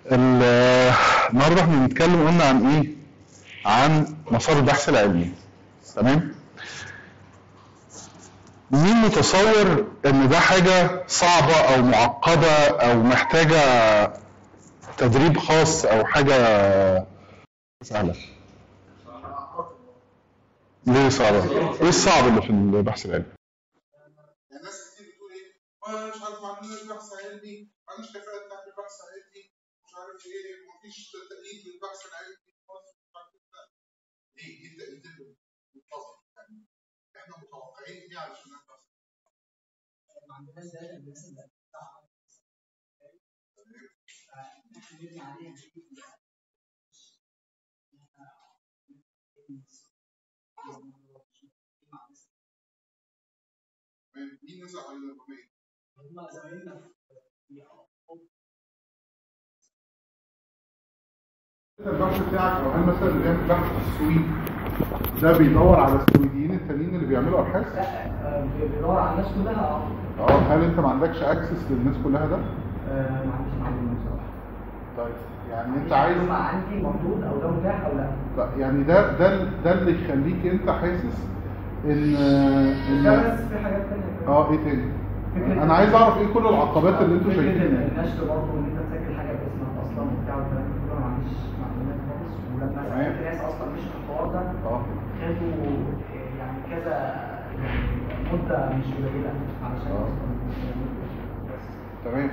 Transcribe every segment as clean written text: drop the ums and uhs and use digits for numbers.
النهارده احنا بنتكلم قلنا عن ايه؟ عن مسار البحث العلمي. تمام؟ مين متصور ان ده حاجه صعبه او معقده او محتاجه تدريب خاص او حاجه سهله؟ ليه صعبه؟ ايه الصعب اللي في البحث العلمي؟ الناس كتير بتقول ايه؟ ما مش عارف ما عندناش بحث علمي، ما عندناش كفاءه تعمل بحث علمي، مش عارف ايه، مفيش تقليد للبحث العلمي في مصر، مش عارف ايه. ليه؟ ايه التقليد اللي منتظر؟ يعني احنا متوقعين ايه علشان نبحث؟ ما عندناش داتا الناس اللي بتاعها نبني عليها مين نزل على الرقميه؟ هم زمايلنا البحث بتاعك او هل مثلا اللي بيعمل بحث في السويد ده بيدور على السويديين التانيين اللي بيعملوا ابحاث؟ لا، بيدور على الناس كلها. هل انت ما عندكش اكسس للناس كلها ده؟ ما عنديش معلومه بصراحه. طيب يعني انت عايز عندي مفروض او ده متاح او لا؟ يعني ده اللي يخليك انت حاسس ان بس في حاجات ثانيه. ايه تاني؟ انا عايز اعرف ايه كل العقبات اللي انتوا شايفينها. النشر برضه ان انت تسجل حاجه باسمك اصلا وبتاع والكلام ده كله، ما عنديش معلومات خالص. ولما سالت ناس اصلا مش في الحوار ده خدوا يعني كذا مده مش قليله علشان اصلا تمام.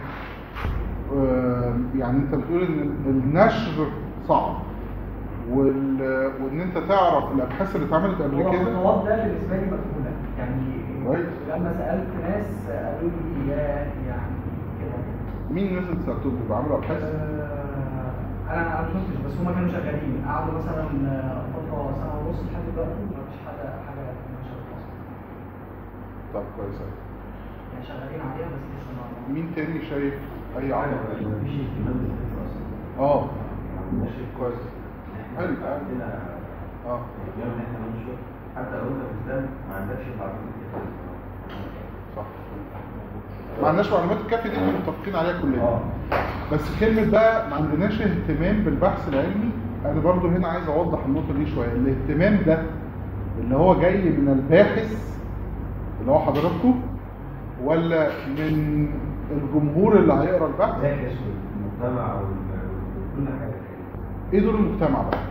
يعني انت بتقول ان النشر صعب وان انت تعرف الابحاث اللي اتعملت قبل كده. الخطوات ده بالنسبه لي مقبوله يعني. كويس. لما سالت ناس قالوا لي يعني كده. مين الناس اللي سالتهم بيبقوا عملوا ابحاث؟ انا ما شفتش، بس هم كانوا شغالين قعدوا مثلا فتره سنه ونص لحد دلوقتي ما فيش حاجه نشرت اصلا. طب كويس قوي. يعني شغالين عليها بس لسه ما. مين تاني شايف اي عقبه؟ مفيش اهتمام بالفكره اصلا. ماشي كويس. حلو. عندنا اهتمام ان احنا ننشر، حتى لو انت بتسال ما عندكش المعلومات الكافيه. صح. ما عندناش معلومات الكافيه دي احنا متفقين عليها كلنا. بس كلمه بقى ما عندناش اهتمام بالبحث العلمي، انا برضو هنا عايز اوضح النقطه دي شويه. الاهتمام ده اللي هو جاي من الباحث اللي هو حضراتكم ولا من الجمهور اللي هيقرا البحث؟ لا، المجتمع وكل حاجه. ايه دور المجتمع بقى؟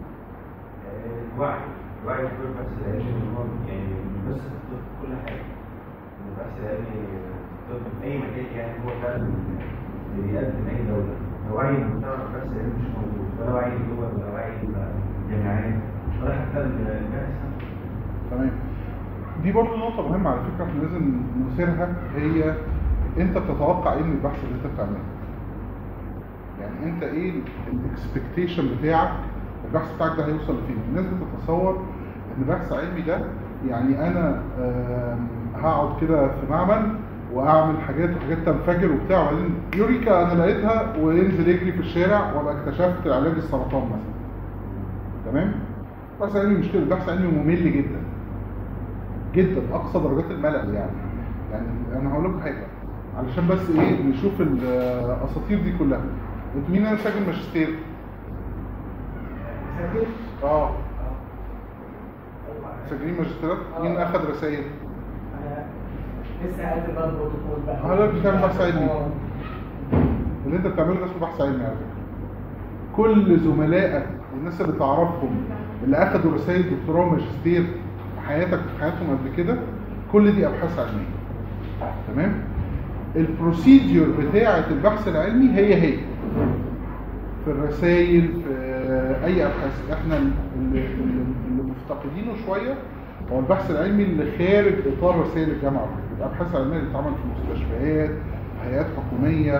الوعي في البحث العلمي يعني بس في كل حاجه. البحث العلمي في اي مجال يعني هو فعلا اللي بيقدم اي دوله. لو وعي المجتمع في البحث العلمي مش موجود، ولا وعي الدول ولا وعي الجامعات ولا حتى الباحث. تمام. دي برضه نقطة مهمة على فكرة احنا لازم نثيرها، هي انت بتتوقع ايه من البحث اللي انت بتعمله؟ يعني انت ايه الاكسبكتيشن بتاعك؟ البحث بتاعك ده هيوصل لفين؟ الناس بتتصور ان بحث علمي ده يعني انا هقعد كده في معمل واعمل حاجات تنفجر وبتاع وبعدين يوريكا انا لقيتها وينزل يجري في الشارع وابقى اكتشفت علاج السرطان مثلا. تمام؟ البحث العلمي مش كده، البحث العلمي ممل جدا جدا، اقصى درجات الملل يعني انا هقول لكم حاجه علشان بس ايه نشوف الاساطير دي كلها. انتوا مين انا ساجل ماجستير؟ سجل؟ ساجلين ماجستيرات؟ مين اخذ رسائل؟ انا لسه قاعد بقى البروتوكول بقى. حضرتك بتعمل بحث علمي. اللي انت بتعمله ده اسمه بحث علمي على فكره. كل زملائك والناس اللي تعرفهم اللي اخذوا رسائل دكتوراه وماجستير في حياتهم قبل كده، كل دي ابحاث علميه. تمام؟ البروسيديور بتاعه البحث العلمي هي في الرسائل في اي ابحاث. احنا اللي مفتقدينه شويه هو البحث العلمي اللي خارج اطار رسائل الجامعه. الابحاث العلميه اللي بتتعمل في مستشفيات، في هيئات حكوميه،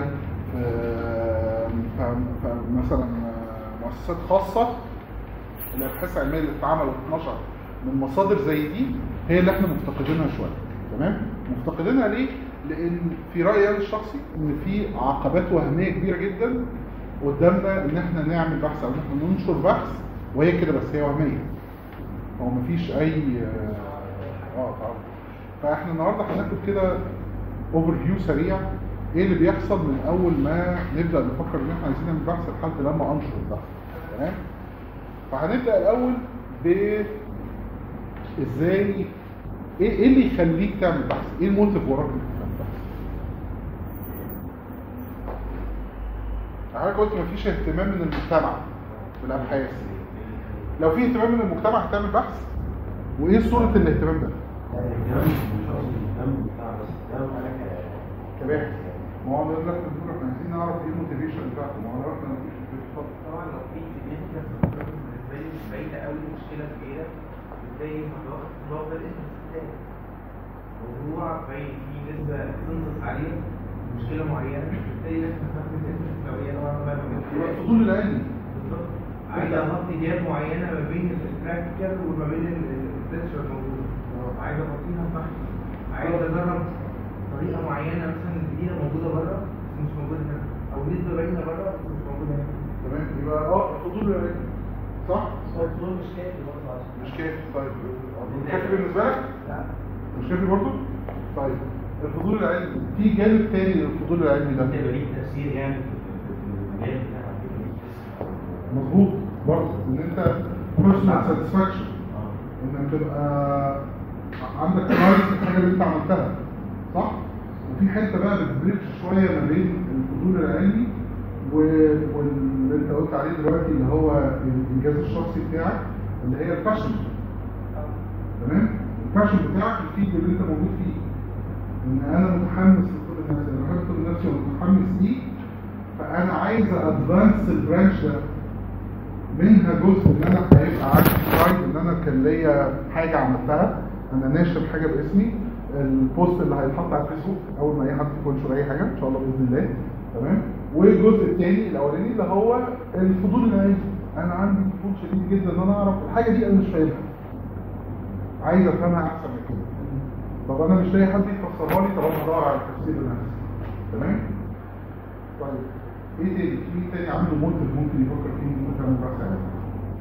في مثلا مؤسسات خاصه. الابحاث العلميه اللي بتتعمل وتتنشر من مصادر زي دي هي اللي احنا مفتقدينها شويه. تمام؟ مفتقدينها ليه؟ لان في رايي انا الشخصي ان في عقبات وهميه كبيره جدا قدامنا ان احنا نعمل بحث او ان احنا ننشر بحث وهي كده بس هي وهميه. هو مفيش اي طبعا. فاحنا النهارده هناخد كده اوفر فيو سريع ايه اللي بيحصل من اول ما نبدا نفكر ان احنا عايزين نعمل بحث لحد لما انشر البحث. تمام؟ فهنبدا الاول ب ازاي ايه اللي يخليك تعمل بحث؟ ايه الموتيف وراك انك تعمل بحث؟ حضرتك قلت مفيش اهتمام من المجتمع بالابحاث. لو في اهتمام من المجتمع هتعمل بحث؟ وايه صوره الاهتمام ده؟ كباحث. ما هو بيقول لك احنا عايزين نعرف ايه الموتيفيشن بتاعته، ما هو عرفنا مفيش اتفضل. طبعا لو في سيجنفيكانس بالنسبه لي مش بعيده قوي مشكله كبيره ازاي هو ده الاسم بتاعي موضوع باين فيه نسبه تنقص عليه مشكله معينه ازاي نفهم الاسم لو هي نوعا ما يبقى الفضول العلمي. بالظبط عايز احط جاب معينه ما بين البراكتيكال وما بين الريسيرش الموجوده عايز احطيها في بحث عايز اجرب طريقه معينه مثلا جديده موجوده بره مش موجوده هنا او نسبه باينه بره مش موجوده هنا. تمام؟ يبقى الفضول العلمي صح؟ هو الفضول مش كافي برضه عشان مش كافي. طيب كافي بالنسبه لك؟ لا مش كافي برضه؟ طيب الفضول العلمي في جانب تاني للفضول العلمي ده. يبقى ليه تاثير يعني في المجال بتاعك. مظبوط برضه ان انت personal satisfaction انك تبقى عندك رايت في الحاجه اللي انت عملتها صح؟ وفي حته بقى بتبريك شويه ما بين الفضول العلمي واللي انت قلت عليه دلوقتي اللي هو الانجاز الشخصي بتاعك اللي هي الباشن. تمام؟ الباشن بتاعك الفيد اللي انت موجود فيه ان انا متحمس لطب النفس، انا بحب طب النفس ومتحمس ليه فانا عايز ادفانس البرانش ده. منها جزء ان انا هيبقى عندي برايد ان انا كان ليا حاجه عملتها، انا ناشر حاجه باسمي، البوست اللي هيتحط على الفيسبوك اول ما اي حد ينشر اي حاجه ان شاء الله باذن الله. تمام؟ والجزء الثاني الاولاني اللي هو الفضول العلمي، انا عندي فضول شديد جدا ان انا اعرف الحاجه دي انا مش فاهمها، عايز افهمها احسن من كده. طب انا مش لاقي حد يفسرها لي، طب انا ادور على التفسير لنفسي. تمام؟ طيب ايه تاني؟ في تاني عنده موتيف ممكن يفكر فيه ممكن تعمل بحث عليه؟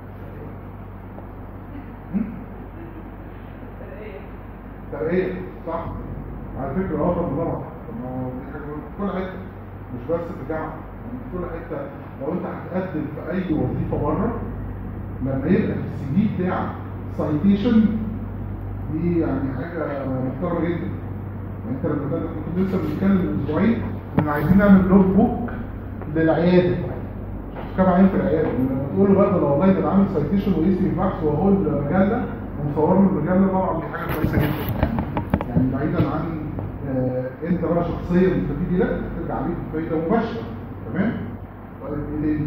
ترقية صح؟ على فكرة طب طبعا دي حاجة في كل حتة مش بس في الجامعة، في كل حتة. لو انت هتقدم في اي وظيفة بره لما يبقى في السي في بتاعك سايتيشن دي يعني حاجة محترمة جدا. يعني انت لما كنت لسه بنتكلم من اسبوعين ان عايزين نعمل لوج بوك للعيادة، كام عين في العيادة، لما تقول له بقى ده والله ده انا عامل سايتيشن واسمي بحث وهو المجلة ومصور له المجلة، طبعا دي حاجة كويسة جدا. يعني بعيدا عن انت بقى شخصيا مستفيد لا ترجع عليك بفايدة مباشرة. تمام؟ طيب ايه تاني؟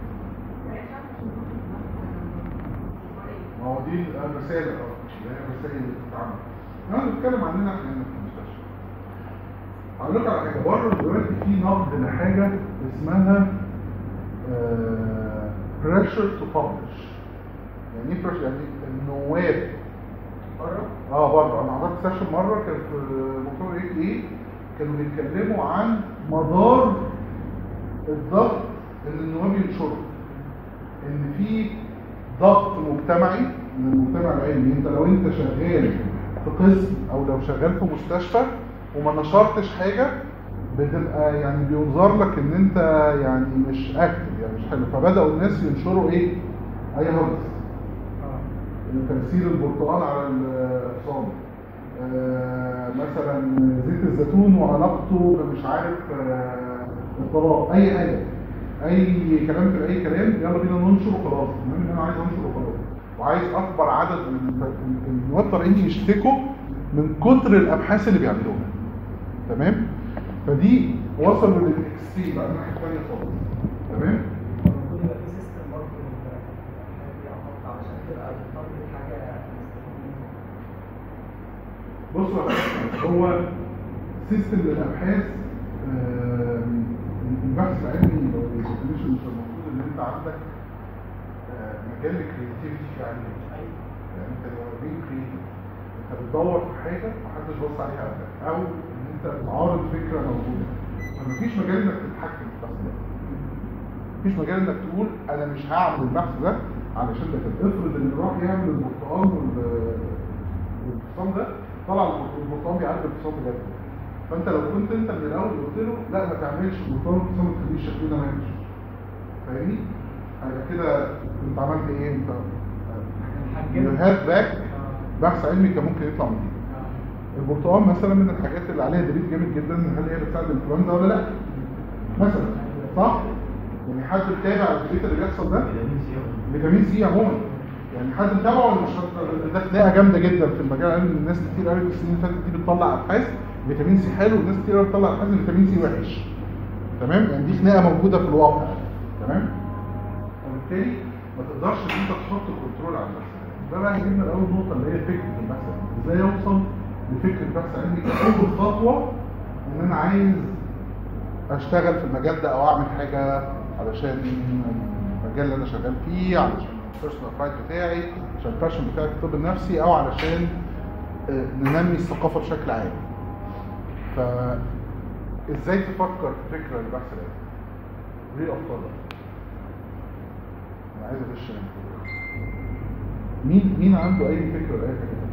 ما هو دي الرسالة اللي هي الرسائل اللي بتتعمل. انا بتكلم عننا احنا هنا في المستشفى. هقول لك على حاجة بره دلوقتي في نقد لحاجة اسمها pressure to publish. يعني ايه pressure؟ يعني النواب بره؟ بره. انا حضرت سيشن مرة كان في مؤتمر ايه كانوا بيتكلموا عن مدار الضغط اللي النواب ينشروا. ان في ضغط مجتمعي من المجتمع العلمي. انت لو انت شغال في قسم او لو شغال في مستشفى وما نشرتش حاجة بتبقى يعني بينظر لك ان انت يعني مش اكتف، يعني مش حلو. فبدأوا الناس ينشروا ايه؟ اي هجس، تأثير البرتقال على الأعصاب، مثلا زيت الزيتون وعلاقته مش عارف الطلاق، اي حاجة، اي كلام في اي كلام، يلا بينا ننشر وخلاص. المهم ان انا عايز انشر وخلاص، وعايز اكبر عدد من النواب طالعين يشتكوا من كتر الابحاث اللي بيعملوها. تمام؟ فدي وصلوا للاكستريم بقى الناحيه الثانيه خالص. تمام؟ المفروض يبقى في سيستم برضه علشان تبقى بتطلب حاجه. بصوا هو سيستم للابحاث البحث العلمي لو الديفينيشن مش المفروض ان انت عندك مجال الكرياتيفيتي فيه عالي. يعني انت لو بين كرياتيف انت بتدور في حاجه محدش بص عليها قبلك، او ان انت بتعارض فكره موجوده، فمفيش مجال انك تتحكم في البحث ده. مفيش مجال انك تقول انا مش هعمل البحث ده علشان ده كده. افرض اللي راح يعمل البرتقال والفصام ده طلع البرتقال بيعدي الفصام بجد، فانت لو كنت انت من الاول قلت له لا ما تعملش بروتون ما تخليش الشكل ده ماشي، فاهمني؟ هيبقى كده انت عملت ايه؟ انت يو هاف باك بحث علمي كان ممكن يطلع من دي. البرتقال مثلا من الحاجات اللي عليها دليل جامد جدا هل هي بتساعد الانفلونزا ولا لا؟ مثلا صح؟ يعني حد بيتابع الدليل اللي بيحصل ده؟ فيتامين سي عموما يعني حد متابعه ولا مش ده خناقه جامده جدا في المجال العلمي. الناس كتير قوي في السنين اللي فاتت دي بتطلع ابحاث فيتامين سي حلو والناس كتير قوي بتطلع ابحاث فيتامين سي وحش. تمام؟ يعني دي خناقه موجوده في الواقع. تمام؟ وبالتالي ما تقدرش ان انت تحط كنترول على نفسك. ده بقى يجيبنا لاول نقطه اللي هي فكره البحث العلمي. ازاي اوصل لفكره البحث العلمي كاول خطوه ان انا عايز اشتغل في المجال ده او اعمل حاجه علشان المجال اللي انا شغال فيه، علشان البيرسونال برايد بتاعي، عشان الباشن بتاعي في الطب النفسي، او علشان ننمي الثقافه بشكل عام. فازاي تفكر في فكره البحث العلمي؟ ليه افكار؟ انا عايز اغش مين عنده اي فكره ولا اي حاجه؟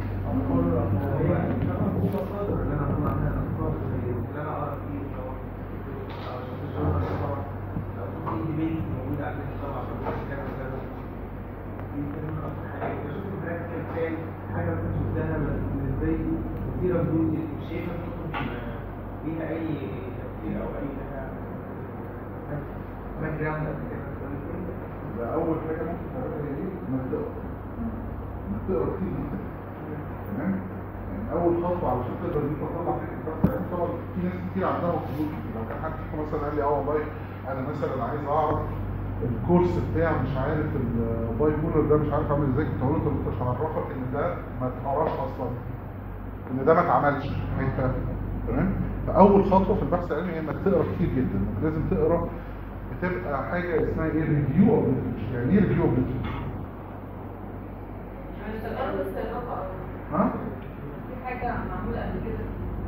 حاجه كنت شفتها بالنسبه لي كتيره بدون شايفها ليها اي تفسير او اي حاجه باك جراوند ده اول حاجه ممكن تعملها هي ايه؟ انك تقرا كتير جدا. تمام؟ يعني اول خطوه علشان تقدر ان انت تطلع فكره طبعا في ناس كتير عندها فضول. لو كان حد فيكم مثلا قال لي والله انا مثلا عايز اعرف الكورس بتاع مش عارف الباي بولر ده مش عارف اعمل ازاي، كنت هقول له انت مش هعرفك ان ده ما اتقراش اصلا، ان ده ما اتعملش حته. تمام؟ فاول خطوه في البحث العلمي هي انك تقرا كتير جدا. انك لازم تقرا، بتبقى حاجه اسمها ايه؟ ريفيو اوف ليترشر. يعني ايه ريفيو اوف ليترشر؟ يعني التجارب السابقه ها؟ في حاجه معموله قبل كده.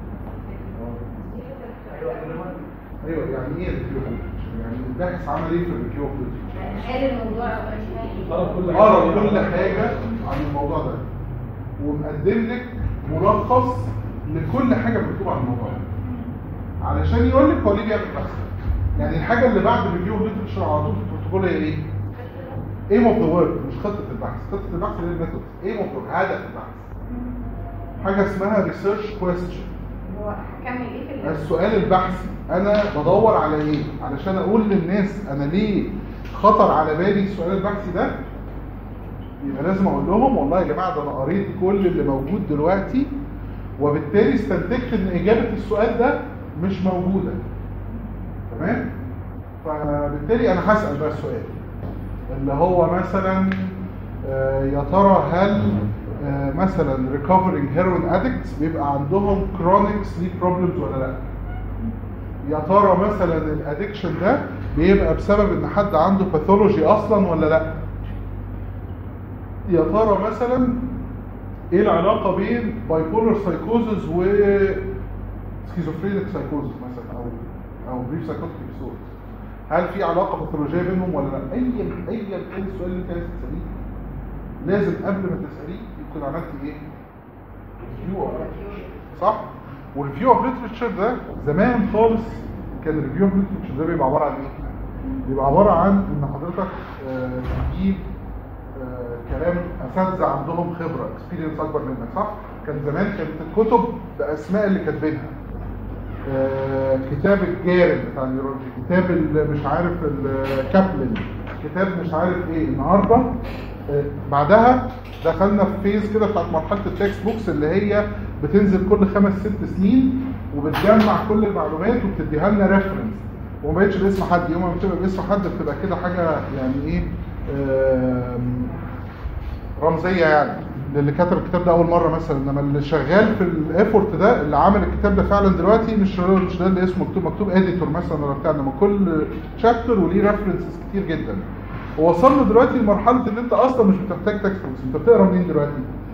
ايوه يعني ايه ريفيو اوف ليترشر؟ يعني الباحث عمل ايه في الريفيو اوف ليترشر؟ قال الموضوع او قرا كل حاجه عن الموضوع ده ومقدم لك ملخص لكل حاجه مكتوبه عن الموضوع ده علشان يقول لك هو ليه بيعمل بحث. يعني الحاجه اللي بعد الريفيو اوف ليترشر على طول في البروتوكول هي ايه؟ ايم اوف ذا ورك، مش خطه البحث. خطه البحث هي الميثود. ايم اوف ذا هدف البحث. حاجه اسمها ريسيرش كويستشن. هو هكمل ايه في السؤال البحثي انا بدور على ايه؟ علشان اقول للناس انا ليه خطر على بالي السؤال البحثي ده، يبقى لازم اقول لهم والله يا جماعه ده انا قريت كل اللي موجود دلوقتي وبالتالي استنتجت ان اجابه السؤال ده مش موجوده. تمام؟ فبالتالي انا هسال بقى السؤال اللي هو مثلا يا ترى هل مثلا recovering heroin addicts بيبقى عندهم chronic sleep problems ولا لا؟ يا ترى مثلا الادكشن ده بيبقى بسبب ان حد عنده باثولوجي اصلا ولا لا؟ يا ترى مثلا ايه العلاقه بين بايبولر سايكوزز و سكيزوفرينيك سايكوزز مثلا او بريف سايكوتيك ابيسود؟ هل في علاقه باثولوجيه بينهم ولا لا؟ اي كان السؤال اللي انت عايز تساليه لازم قبل ما تساليه يكون عملت ايه؟ ريفيو اوف ليترشر. صح؟ والريفيو اوف ليترشر ده زمان خالص كان الريفيو اوف ليترشر ده بيبقى عباره عن ايه؟ بيبقى عباره عن ان حضرتك تجيب كلام اساتذه عندهم خبره اكسبيرينس اكبر منك. صح؟ كان زمان كانت الكتب باسماء اللي كاتبينها. كتاب الجارم بتاع النيورولوجي، كتاب مش عارف الكابلن، كتاب مش عارف ايه. النهارده بعدها دخلنا في فيز كده بتاعت مرحله التكست بوكس اللي هي بتنزل كل 5-6 سنين وبتجمع كل المعلومات وبتديها لنا ريفرنس وما بقتش باسم حد. يوم ما بتبقى باسم حد بتبقى كده حاجه يعني ايه رمزيه يعني للي كتب الكتاب ده اول مره مثلا. انما اللي شغال في الايفورت ده اللي عامل الكتاب ده فعلا دلوقتي مش ده اللي اسمه مكتوب اديتور مثلا ولا بتاع. انما كل شابتر وليه ريفرنسز كتير جدا. ووصلنا دلوقتي لمرحله ان انت اصلا مش بتحتاج تكست بوكس. انت بتقرا منين دلوقتي؟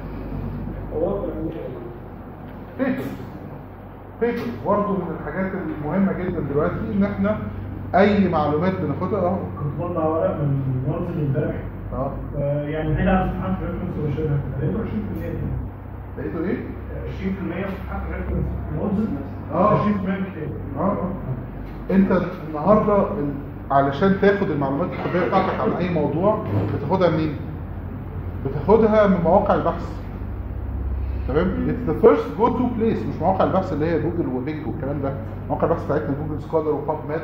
بيبرز برضه من الحاجات المهمه جدا دلوقتي ان احنا اي معلومات بناخدها كنت بطلع ورق من منزل امبارح يعني هنا امتحان في ريفرنس وشبه لقيته 20%. لقيته ايه؟ 20% صفحات ريفرنس مودز 20% كتاب. انت النهارده علشان تاخد المعلومات الطبيه بتاعتك عن اي موضوع بتاخدها منين؟ بتاخدها من مواقع البحث. تمام؟ It's the first go to place، مش مواقع البحث اللي هي جوجل وبينج والكلام ده. مواقع البحث بتاعتنا جوجل سكولر وباب ماد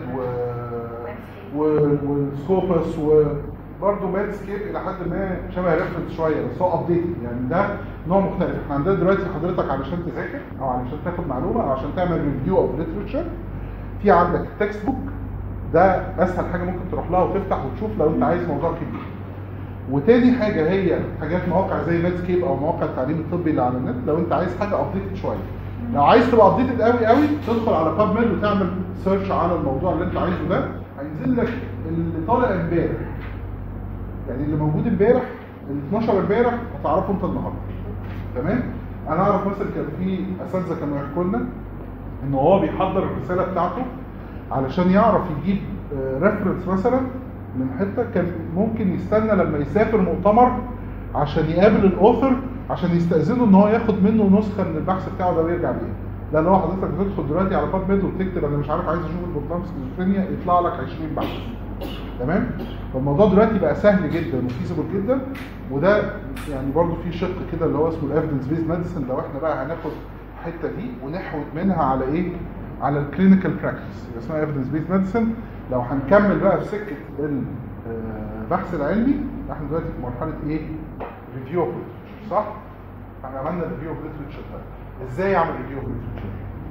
وسكوبس وبرضه ماد سكيب الى حد ما شبه ريفرنس شويه بس هو ابديت، يعني ده نوع مختلف. احنا عندنا دلوقتي حضرتك علشان تذاكر او علشان تاخد معلومه او عشان تعمل ريفيو اوف ليترشر، في عندك التكست بوك، ده اسهل حاجه ممكن تروح لها وتفتح وتشوف لو انت عايز موضوع كبير. وتاني حاجه هي حاجات مواقع زي مادسكيب او مواقع التعليم الطبي اللي على النت لو انت عايز حاجه ابديتد شويه. لو عايز تبقى ابديتد قوي قوي تدخل على باب ميد وتعمل سيرش على الموضوع اللي انت عايزه ده، هينزل لك اللي طالع امبارح، يعني اللي موجود امبارح ال 12 امبارح هتعرفه انت النهارده. تمام؟ انا اعرف مثلا كان في اساتذه كانوا يحكوا لنا ان هو بيحضر الرساله بتاعته علشان يعرف يجيب ريفرنس مثلا من حته، كان ممكن يستنى لما يسافر مؤتمر عشان يقابل الاوثر عشان يستاذنه ان هو ياخد منه نسخه من البحث بتاعه ده ويرجع بيها. لا لو حضرتك بتدخل دلوقتي على باب ميد وبتكتب انا مش عارف عايز اشوف البروجرام سكيزوفرينيا يطلع لك 20 بحث. تمام؟ فالموضوع دلوقتي بقى سهل جدا وفيزبل جدا، وده يعني برضو في شق كده اللي هو اسمه الايفيدنس بيز ميديسن. لو احنا بقى هناخد الحته دي ونحود منها على ايه؟ على الكلينيكال براكتس اللي اسمها ايفيدنس بيز ميديسن. لو هنكمل بقى في سكه البحث العلمي احنا دلوقتي في مرحله ايه؟ ريفيو اوف ليترشر، صح؟ احنا عملنا ريفيو اوف ليترشر ده. ازاي اعمل ريفيو اوف ليترشر؟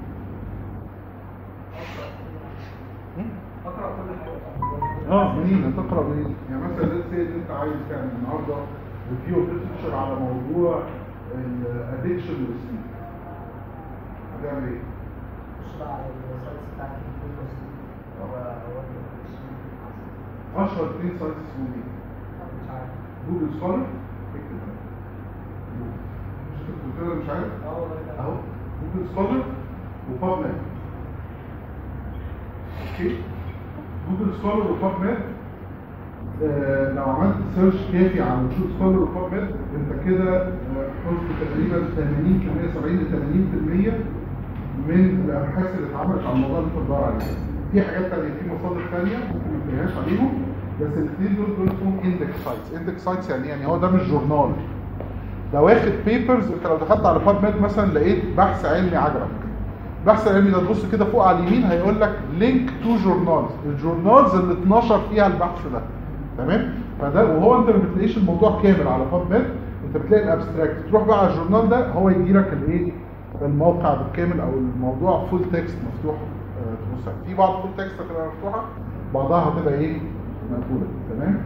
اقرا كل حاجه. منين تقرا منين؟ يعني مثلا ليتس سي انت عايز تعمل النهارده ريفيو اوف ليترشر على موضوع الادكشن والسليب، هتعمل ايه؟ مش بقى على السايتس بتاعت الفيديوز اشهر 2 سايتس اسمهم ايه؟ مش عارف. جوجل سكولر، اكتب مش عارف؟ اهو جوجل سكولر وباب ماد. اوكي؟ جوجل سكولر وباب ماد لو عملت سيرش كافي على جوجل سكولر وباب ماد انت كده حصلت تقريبا 80% 70 ل 80% من الابحاث اللي اتعملت على الموضوع اللي انت بتدور عليه. في حاجات ثانيه، في مصادر ثانيه ممكن ما تلاقيهاش عليهم، بس الاثنين دول اسمهم اندكس سايتس. اندكس سايتس يعني هو ده مش جورنال، ده واخد بيبرز. انت لو دخلت على باب ميد مثلا لقيت بحث علمي عجبك، البحث العلمي ده تبص كده فوق على اليمين هيقول لك لينك تو جورنالز، الجورنالز اللي اتنشر فيها البحث ده. تمام؟ فده وهو انت ما بتلاقيش الموضوع كامل على باب ميد، انت بتلاقي الابستراكت، تروح بقى على الجورنال ده هو يدي لك الايه؟ الموقع بالكامل او الموضوع فول تكست مفتوح. تبص في بعض فول تكست هتبقى مفتوحه، بعضها هتبقى ايه؟ مقفوله. تمام؟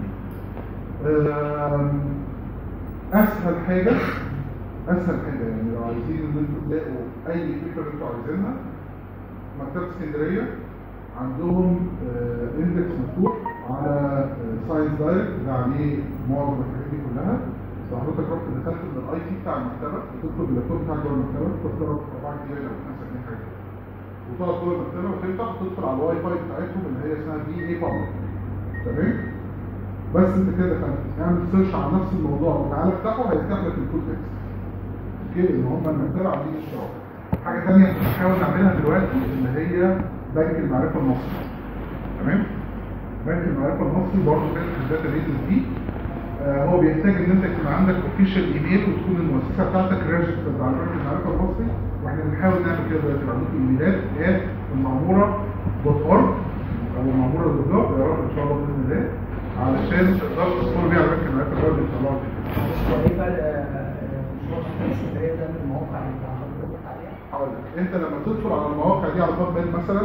اسهل حاجه يعني لو عايزين ان انتوا تلاقوا اي فكره انتوا عايزينها، مكتبه اسكندريه عندهم اندكس مفتوح على ساينس دايركت ده عليه معظم الحاجات دي كلها. لو حضرتك رحت دخلت من الاي تي بتاع المكتبه وتدخل باللابتوب بتاعك جوه المكتبه تختار 4 جيجا او 5 جنيه حاجه وتقعد جوه المكتبه وتفتح وتدخل على الواي فاي بتاعتهم اللي هي اسمها دي اي بابليك. تمام؟ بس انت كده دخلت اعمل سيرش على نفس الموضوع وتعالى افتحه هيفتح لك الفول تكست. اوكي؟ ان هم المكتبه عاملين اشتراك. حاجه ثانيه بنحاول نعملها دلوقتي اللي هي بنك المعرفه المصري. تمام؟ بنك المعرفه المصري برضه كده في الداتا بيز دي هو بيحتاج ان انت يكون عندك اوفيشال ايميل وتكون المؤسسه بتاعتك ريجسترد على بنك المعرفه المصري، واحنا بنحاول نعمل كده دلوقتي. عندكم ايميلات المعموره.org او المعموره.gov يا رب ان شاء الله باذن الله علشان تقدروا تدخلوا بيها على بنك المعرفه المصري وتطلعوا فيه. ايه فرق مشروع اسكندريه ده من المواقع اللي حضرتك عليها؟ هقول لك انت لما تدخل على المواقع دي على باب ميد مثلا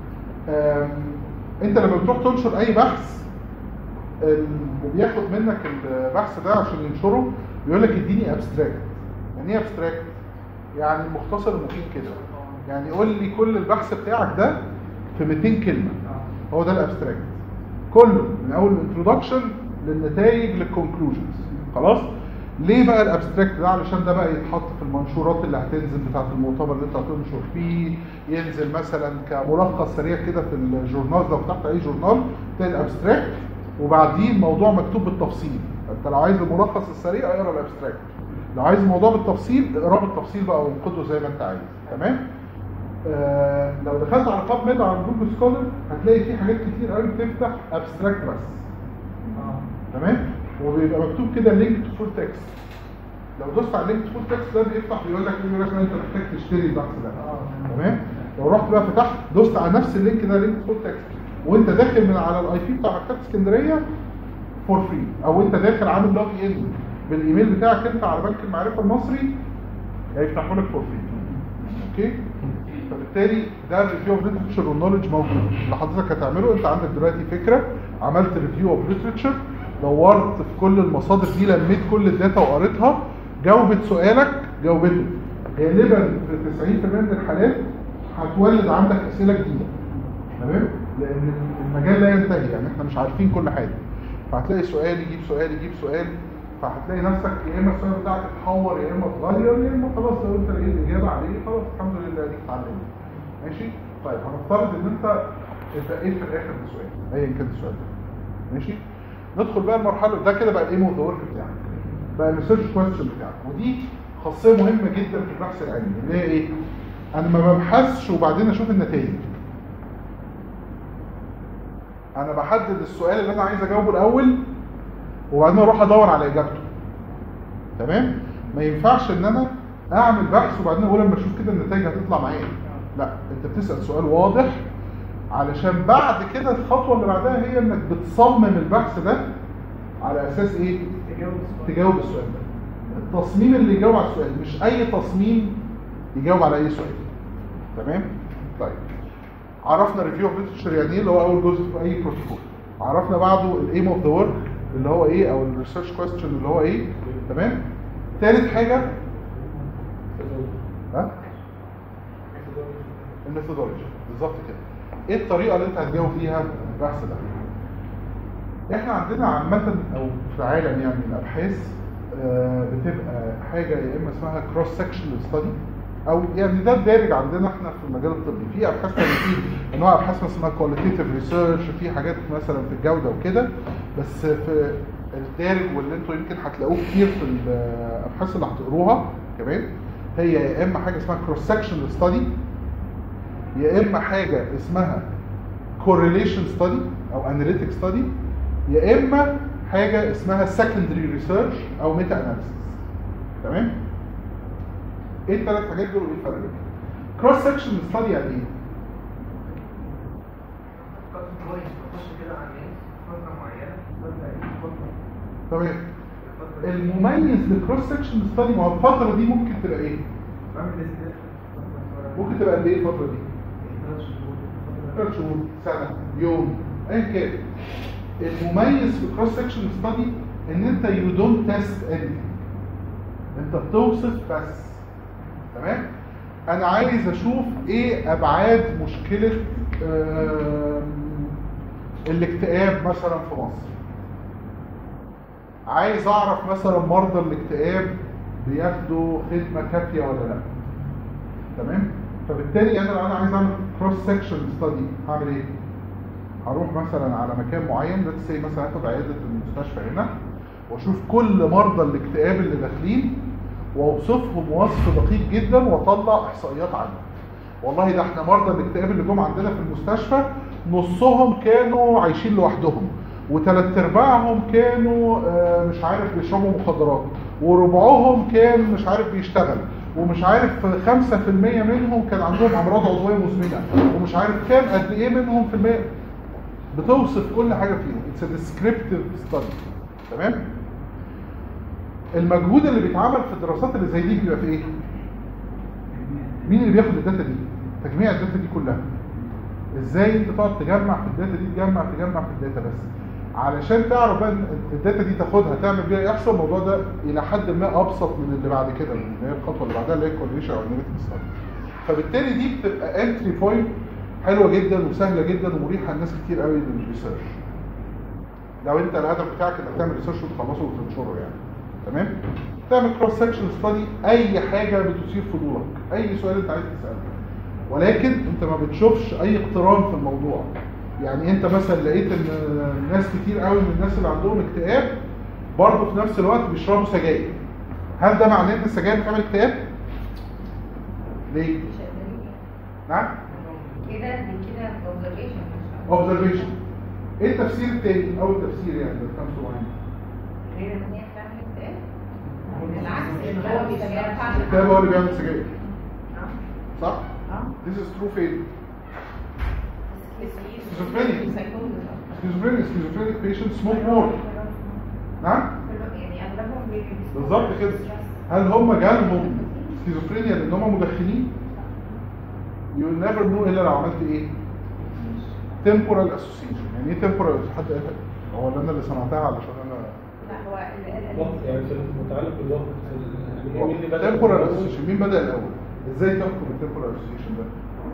انت لما بتروح تنشر اي بحث وبياخد منك البحث ده عشان ينشره بيقول لك اديني ابستراكت. يعني ايه ابستراكت؟ يعني مختصر المفيد كده، يعني قول لي كل البحث بتاعك ده في 200 كلمه. هو ده الابستراكت كله من اول الانترودكشن للنتائج للكونكلوجنز. خلاص؟ ليه بقى الابستراكت ده؟ علشان ده بقى يتحط في المنشورات اللي هتنزل بتاعه المؤتمر اللي انت هتنشر فيه، ينزل مثلا كملخص سريع كده في الجورنال. لو فتحت اي جورنال تلاقي الابستراكت وبعديه الموضوع مكتوب بالتفصيل. انت لو عايز الملخص السريع اقرا الابستراكت، لو عايز الموضوع بالتفصيل اقراه بالتفصيل بقى وانقده زي ما انت عايز. تمام. لو دخلت على باب ميد على جوجل سكولر هتلاقي فيه حاجات كتير قوي بتفتح ابستراكت بس. تمام. وبيبقى مكتوب كده لينك تو فول تكست. لو دوست على اللينك تو فول تكست ده بيفتح بيقول لك ايه مثلا انت محتاج تشتري البحث ده. تمام. لو رحت بقى فتحت دوست على نفس اللينك ده لينك تو فول تكست وانت داخل من على الاي بي بتاع مكتبه اسكندريه فور فري، او انت داخل عامل لوج ان بالايميل بتاعك انت على بنك المعرفه المصري هيفتحوا لك فور فري. اوكي. فبالتالي ده الريفيو اوف ليترشر والنولج موجود اللي حضرتك هتعمله. انت عندك دلوقتي فكره، عملت ريفيو اوف ليترشر، دورت في كل المصادر دي، لميت كل الداتا وقريتها، جاوبت سؤالك، جاوبته. غالبا في 90% من الحالات هتولد عندك اسئله جديده. تمام؟ لان المجال لا ينتهي، يعني احنا مش عارفين كل حاجه. فهتلاقي سؤال يجيب سؤال يجيب سؤال، فهتلاقي نفسك يا اما السؤال بتاعك اتحور يا اما اتغير يا اما خلاص لو انت لقيت الاجابه عليه خلاص الحمد لله دي اتعلمت. ماشي؟ طيب هنفترض ان انت اتبقيت في الاخر بسؤال ايا كان السؤال ده. ماشي؟ ندخل بقى المرحله ده كده بقى الايم اوف ذا ورك بتاعك. بقى الريسيرش كويستشن بتاعك، ودي خاصيه مهمه جدا في البحث العلمي اللي هي ايه؟ انا ما ببحثش وبعدين اشوف النتائج. انا بحدد السؤال اللي انا عايز اجاوبه الاول وبعدين اروح ادور على اجابته. تمام؟ ما ينفعش ان انا اعمل بحث وبعدين اقول لما اشوف كده النتائج هتطلع معايا. لا، انت بتسال سؤال واضح علشان بعد كده الخطوه اللي بعدها هي انك بتصمم البحث ده على اساس ايه؟ تجاوب السؤال ده. التصميم اللي يجاوب على السؤال، مش اي تصميم يجاوب على اي سؤال. تمام؟ طيب عرفنا ريفيو اوف ليترشر يعني ايه اللي هو اول جزء في اي بروتوكول. عرفنا بعده الايم اوف ذا ورك اللي هو ايه، او الريسيرش كويستشن اللي هو ايه. تمام. ثالث حاجه الميثودولوجي. بالظبط كده. ايه الطريقه اللي انت هتجاوب فيها البحث ده؟ احنا عندنا عامه او في العالم يعني الابحاث بتبقى حاجه يا اما اسمها كروس سكشنال ستادي، او يعني ده الدارج عندنا احنا في المجال الطبي. في ابحاث في انواع ابحاث اسمها كواليتيتيف ريسيرش، في حاجات مثلا في الجوده وكده. بس في الدارج واللي انتوا يمكن هتلاقوه كتير في الابحاث اللي هتقروها كمان، هي يا اما حاجه اسمها كروس سكشنال ستادي، يا اما حاجه اسمها كورليشن ستادي او اناليتيك ستادي، يا اما حاجه اسمها سكندري ريسيرش او ميتا اناليسيس. تمام؟ ايه الثلاث حاجات دول وايه الفرق بينهم؟ كروس سكشن ستادي يعني ايه؟ تمام. المميز للكروس سكشن ستادي مع الفتره دي ممكن تبقى ايه؟ ممكن تبقى قد ايه الفتره دي؟ 3 شهور، سنه، يوم، ايا كان. المميز في الكروس سكشن ستادي ان انت يو دونت تيست اني، انت بتوصف بس. تمام؟ انا عايز اشوف ايه ابعاد مشكله الاكتئاب مثلا في مصر. عايز اعرف مثلا مرضى الاكتئاب بياخدوا خدمه كافيه ولا لا. تمام؟ فبالتالي انا لو انا عايز اعمل كروس سكشن ستادي هعمل ايه؟ هروح مثلا على مكان معين، ليتس سي مثلا هاخد عياده المستشفى هنا واشوف كل مرضى الاكتئاب اللي داخلين واوصفهم وصف دقيق جدا واطلع احصائيات عنهم. والله ده احنا مرضى الاكتئاب اللي جم عندنا في المستشفى نصهم كانوا عايشين لوحدهم، وثلاث ارباعهم كانوا مش عارف بيشربوا مخدرات، وربعهم كان مش عارف بيشتغل، ومش عارف 5% منهم كان عندهم امراض عضويه مزمنه، ومش عارف كام قد ايه منهم في المية. بتوصف كل حاجه فيهم. اتس ا ديسكريبتيف ستادي. تمام؟ المجهود اللي بيتعمل في الدراسات اللي زي دي بيبقى في ايه؟ مين اللي بياخد الداتا دي؟ تجميع الداتا دي كلها. ازاي انت تقعد تجمع في الداتا دي، تجمع في الداتا بس علشان تعرف بقى الداتا دي تاخدها تعمل بيها يحصل الموضوع ده الى حد ما ابسط من اللي بعد كده، اللي هي الخطوه اللي بعدها اللي هي الكورليشن او الاناليتيك ستادي. فبالتالي دي بتبقى انتري بوينت حلوه جدا وسهله جدا ومريحه لناس كتير قوي للريسيرش. لو انت الهدف بتاعك انك تعمل ريسيرش وتخلصه وتنشره يعني. تمام؟ تعمل كروس سكشن ستادي اي حاجه بتثير فضولك، اي سؤال انت عايز تساله، ولكن انت ما بتشوفش اي اقتران في الموضوع. يعني انت مثلا لقيت ان ناس كتير قوي من الناس اللي عندهم اكتئاب برضه في نفس الوقت بيشربوا سجاير، هل ده معناه ان السجاير بتعمل اكتئاب؟ ليه؟ نعم؟ كده دي كده observation اوبزرفيشن. ايه التفسير التاني؟ اول تفسير يعني اللي كان معانا غير ان هي بتعمل اكتئاب. بالعكس هو بيشجعها الاكتئاب هو اللي بيعمل سجاير صح؟ اه This is true فين؟ schizophrenic patients smoke more. نعم؟ يعني اغلبهم بالظبط كده. هل هم جالهم سكيزوفرينيا لان هم مدخنين؟ You never know الا لو عملت ايه؟ temporal association. يعني ايه temporal association؟ حد قالها؟ هو انا اللي صنعتها علشان انا لا هو وقت يعني متعلق بالوقت يعني مين اللي بدأ temporal association. مين بدأ الأول؟ ازاي تحكم الtemporal association ده؟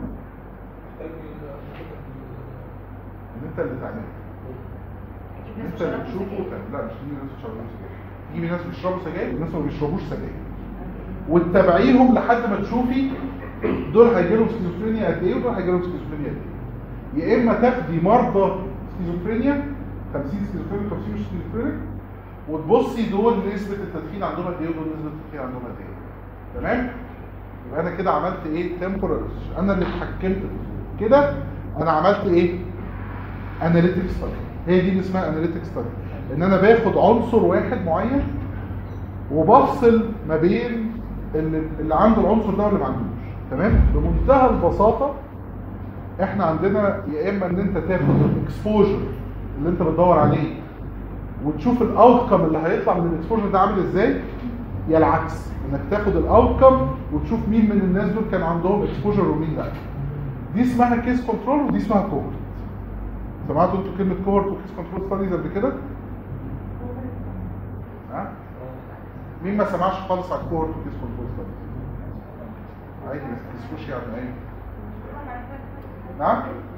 ان انت اللي تعمله. انت اللي تشوفه لا مش تيجي ناس بيشربوا سجاير. تيجي ناس بيشربوا سجاير وناس ما بيشربوش سجاير. وتتابعيهم لحد ما تشوفي دول هيجي لهم سكيزوفرينيا قد ايه ودول هيجي لهم سكيزوفرينيا قد ايه. يا اما تاخدي مرضى سكيزوفرينيا 50 سكيزوفرينيا 50 مش سكيزوفرينيا وتبصي دول نسبة التدخين عندهم قد ايه ودول نسبة التدخين عندهم قد ايه. تمام؟ يبقى انا كده عملت ايه؟ temporal. انا اللي اتحكمت كده. انا عملت ايه؟ analytic study. هي دي اللي اسمها analytic study. ان انا باخد عنصر واحد معين وبفصل ما بين اللي عنده العنصر ده واللي ما عندوش. تمام؟ بمنتهى البساطة احنا عندنا يا اما ان انت تاخد الاكسبوجر اللي انت بتدور عليه وتشوف الاوتكم اللي هيطلع من الاكسبوجر ده عامل ازاي، يا العكس انك تاخد الاوتكم وتشوف مين من الناس دول كان عندهم اكسبوجر ومين لا. دي اسمها كيس كنترول ودي اسمها كوهورت. سمعتوا انتوا كلمه كوهورت وكيس كنترول ستاديز قبل كده؟ ها؟ مين ما سمعش خالص عن كوهورت وكيس كنترول ستاديز؟ عادي ما تكسفوش يعني ايه؟ نعم؟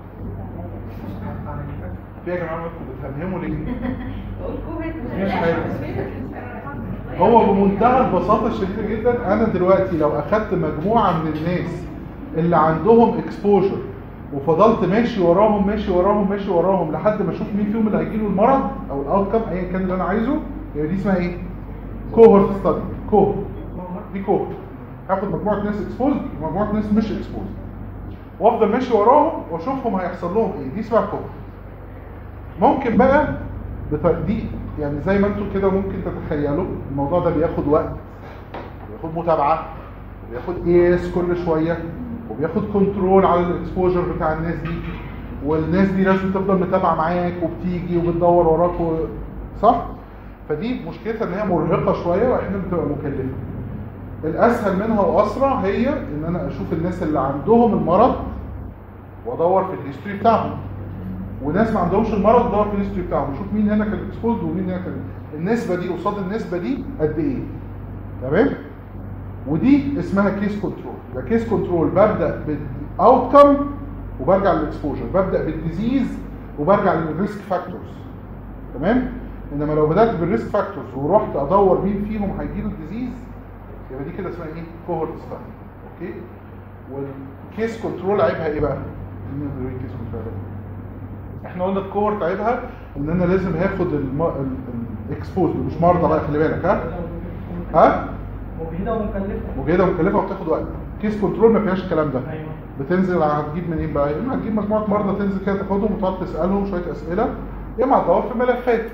في يا جماعه انتوا بتفهموا ليه؟ مش حاجه. هو بمنتهى البساطه الشديده جدا انا دلوقتي لو اخدت مجموعه من الناس اللي عندهم اكسبوجر وفضلت ماشي وراهم ماشي وراهم ماشي وراهم لحد ما اشوف مين فيهم اللي هيجيله المرض او الاوتكم ايا كان اللي انا عايزه، يبقى دي اسمها ايه؟ كوهورت ستادي. كوهورت دي كوهورت. هاخد مجموعه ناس اكسبوزد ومجموعه ناس مش اكسبوزد وافضل ماشي وراهم واشوفهم هيحصل لهم ايه. دي اسمها كوهورت. ممكن بقى دي يعني زي ما انتم كده ممكن تتخيلوا الموضوع ده بياخد وقت بياخد متابعه وبياخد قياس كل شويه وبياخد كنترول على الاكسبوجر بتاع الناس دي، والناس دي لازم تفضل متابعه معاك وبتيجي وبتدور وراك صح؟ فدي مشكلتها ان هي مرهقه شويه واحنا بتبقى مكلفه. الاسهل منها واسرع هي ان انا اشوف الناس اللي عندهم المرض وادور في الهيستوري بتاعهم، وناس ما عندهمش المرض ادور في الهيستوري بتاعهم وشوف مين هنا كان اكسبوزد ومين هنا كان النسبه دي قصاد النسبه دي قد ايه. تمام؟ ودي اسمها كيس كنترول. يبقى كيس كنترول ببدا بالاوتكم وبرجع للاكسبوجر، ببدا بالديزيز وبرجع للريسك فاكتورز. تمام؟ انما لو بدات بالريسك فاكتورز ورحت ادور مين فيهم هيجيله الديزيز يبقى دي كده اسمها ايه؟ كوهورت ستادي. اوكي؟ والكيس كنترول عيبها ايه بقى؟ كيس كنترول احنا قلنا الكوهورت عيبها ان انا لازم هاخد الاكسبوز مش مرضى بقى خلي بالك. ها؟ مجهده ومكلفه. مجهده ومكلفه وبتاخد وقت. كيس كنترول ما فيهاش الكلام ده. ايوه. بتنزل هتجيب منين بقى؟ يا اما هتجيب مجموعه مرضى تنزل كده تاخدهم وتقعد تسالهم شويه اسئله، يا اما هتدور في ملفات.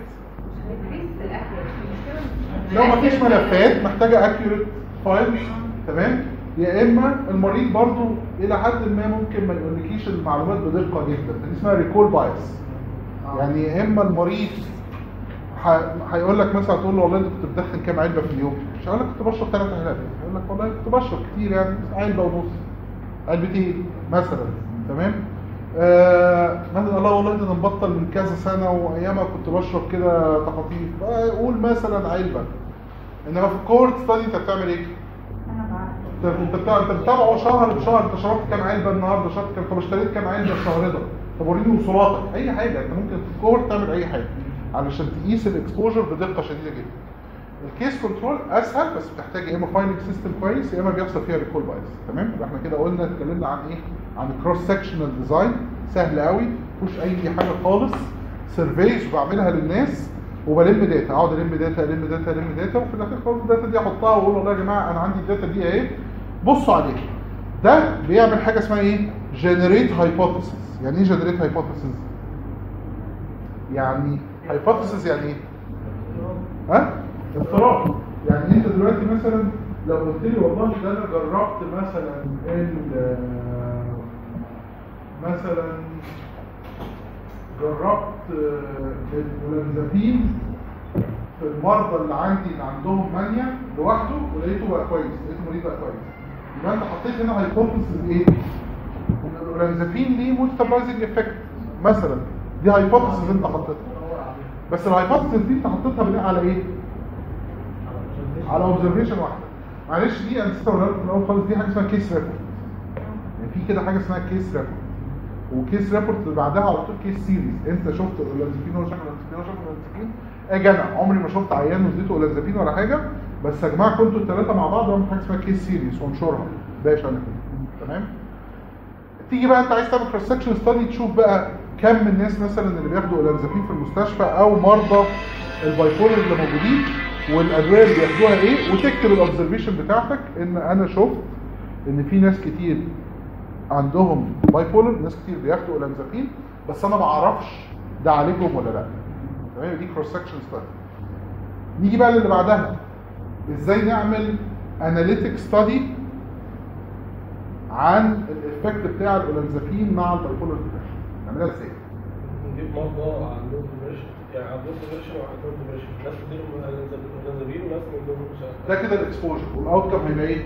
لو ما فيش ملفات محتاجه اكيوريت فايلز. تمام؟ يا اما المريض برضو الى حد ما ممكن ما يقولكيش المعلومات بدقه جدا، دي اسمها ريكول بايس. يعني يا اما المريض هيقول لك مثلا تقول له والله انت كنت بتدخن كام علبه في اليوم؟ مش هقول لك كنت بشرب 3 علب، هيقول لك والله كنت بشرب كتير يعني علبه ونص علبتين مثلا. تمام؟ مثلا الله والله انا مبطل من كذا سنه وايامها كنت بشرب كده تخاطيف، قول مثلا علبه. انما في الكوهورت ستادي انت بتعمل ايه؟ انت بتتابعه شهر بشهر، انت شربت كام علبه النهارده، شربت كام، طب اشتريت كام علبه الشهر ده، طب وريني وصولاتك، اي حاجه. انت ممكن في الكوهورت تعمل اي حاجه علشان تقيس الاكسبوجر بدقه شديده جدا. الكيس كنترول اسهل بس بتحتاج يا اما فايلنج سيستم كويس يا اما بيحصل فيها ريكول بايس. تمام؟ يبقى احنا كده قلنا اتكلمنا عن ايه؟ عن الكروس سكشنال ديزاين، سهل قوي مفيهوش اي حاجه خالص. سيرفيز بعملها للناس وبلم داتا، اقعد الم داتا وفي الاخر خالص الداتا دي احطها واقول والله يا جماعه انا عندي الداتا دي اهي بصوا عليها. ده بيعمل حاجه اسمها ايه؟ جنريت هايبوثيسيس. يعني ايه جنريت هايبوثيسيس؟ يعني هايبوثيسيس يعني ايه؟ ها؟ افتراض. يعني انت دلوقتي مثلا لو قلت لي والله ده انا جربت مثلا جربت الولانزابين في المرضى اللي عندي اللي عندهم مانيا لوحده ولقيته بقى كويس، لقيته مريض بقى كويس. يبقى انت حطيت هنا هايبوثيسيس ايه؟ ان الولانزابين ليه مود ستابلايزنج افكت مثلا. دي هايبوثيسيس انت حطيتها. بس الهايبوثيسيس دي انت حطيتها بناء على ايه؟ على اوبزرفيشن واحده. معلش دي انا نسيت اقولها لكم في الاول خالص، دي حاجه اسمها كيس ريبورت. يعني في كده حاجه اسمها كيس ريبورت، وكيس ريبورت بعدها على طول كيس سيريز. انت شفت اولانزابين ولا اولانزابين؟ اجي انا عمري ما شفت عيان واديته اولانزابين ولا حاجه، بس اجمعكم انتوا الثلاثه مع بعض واعمل حاجه اسمها كيس سيريز وانشرها. باشا انا كده تمام. تيجي بقى انت عايز تعمل كروس سكشن ستادي، تشوف بقى كم الناس مثلا اللي بياخدوا اولانزابين في المستشفى او مرضى البايبولر اللي موجودين والادويه اللي بياخدوها ايه، وتكتب الاوبزرفيشن بتاعتك ان انا شفت ان في ناس كتير عندهم بايبولر، ناس كتير بياخدوا اولانزابين، بس انا ما اعرفش ده عالجهم ولا لا. تمام. دي كروس سكشن ستادي. نيجي بقى للي بعدها، ازاي نعمل اناليتيك ستادي عن الافكت بتاع الاولانزابين مع البايبولر ديبريشن. نعملها ازاي؟ نجيب مرضى عندهم ديبريشن، يعني عندهم ديبريشن وعندهم ديبريشن، ناس تديلهم اولانزابين وناس ما يديلهمش. ده كده الاكسبوجر، والاوت كم هيبقى ايه؟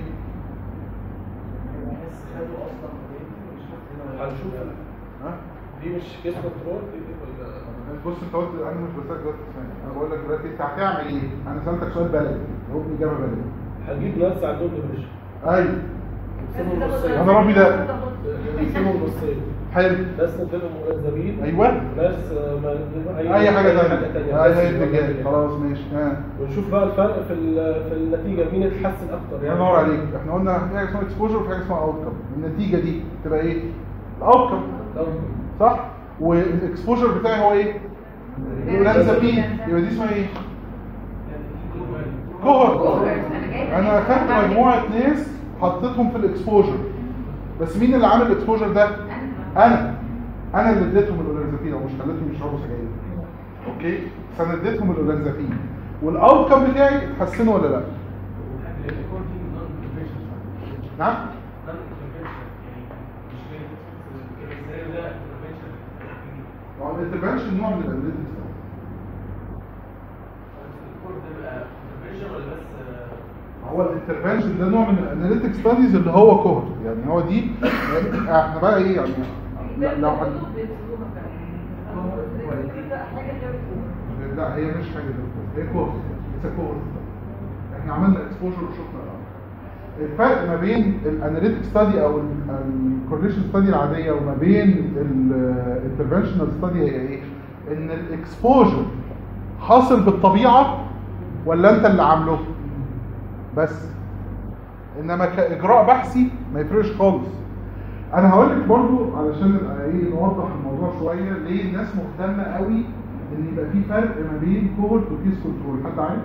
هنشوف دي مش كيس كنترول دي ولا بص انت قلت انا مش بسالك دلوقتي ثانيه، انا بقول لك دلوقتي انت هتعمل ايه؟ انا سالتك سؤال بلدي، جاوبني اجابه بلدي. هجيب ناس عندهم ديبريشن. ايوه نقسمهم نصين. انا ربي ده نقسمهم نصين. حلو. ناس نديلهم اولانزابين. ايوه. ناس ما نديلهم اي حاجه ثانيه. اي اتجاه. خلاص ماشي. ونشوف بقى الفرق في النتيجه، مين يتحسن اكتر. يعني الله ينور عليك. احنا قلنا في حاجه اسمها اكسبوجر وفي حاجه اسمها اوت كم. النتيجه دي تبقى ايه؟ الاوت كم. صح؟ والاكسبوجر بتاعي هو ايه؟ الاولانزابين. يبقى دي اسمها ايه؟ كوهورت. انا اخدت مجموعه ناس حطيتهم في الاكسبوجر، بس مين اللي عامل الاكسبوجر ده؟ انا اللي اديتهم الاولانزابين ومش خليتهم يشربوا سجاير. اوكي؟ بس انا اديتهم الاولانزابين والاوت كم بتاعي اتحسنوا ولا لا؟ نعم؟ الانترفنشن نوع من الاناليتكس. هو الانترفنشن ده نوع من الاناليتكس ستاديز اللي هو كوهورت. يعني هو دي احنا بقى ايه يعني لو لا هي مش حاجه هي كوهورت. كوهورت. احنا عملنا اكسبوجر وشفنا الفرق ما بين الاناليتيك ستادي او الكورليشن ستادي العاديه وما بين الانترفنشنال ستادي هي ايه؟ ان الاكسبوجر حاصل بالطبيعه ولا انت اللي عامله بس. انما كاجراء بحثي ما يفرقش خالص. انا هقول لك برضو علشان ايه نوضح الموضوع شويه ليه الناس مهتمه قوي ان يبقى في فرق ما بين كوهورت وكيس كنترول. حد عارف؟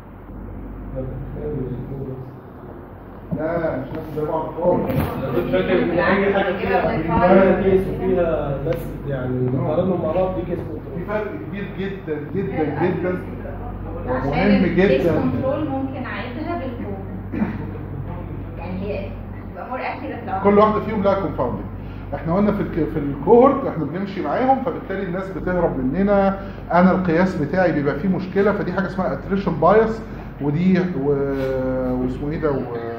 لا مش نفس زي بعض خالص. فاكر ان اي حاجه فيها كيس وفيها ناس يعني نقارنهم مع بعض دي كيس كنترول. في فرق كبير جدا جدا جدا ومهم جدا. الكنترول ممكن اعيدها بالكود يعني هي تبقى مور اكيوريت. كل واحده فيهم لها كومباوندنج. احنا قلنا في الكوهورت احنا بنمشي معاهم فبالتالي الناس بتهرب مننا. انا القياس بتاعي بيبقى فيه مشكله فدي حاجه اسمها اتريشن بايس ودي واسمه ايه ده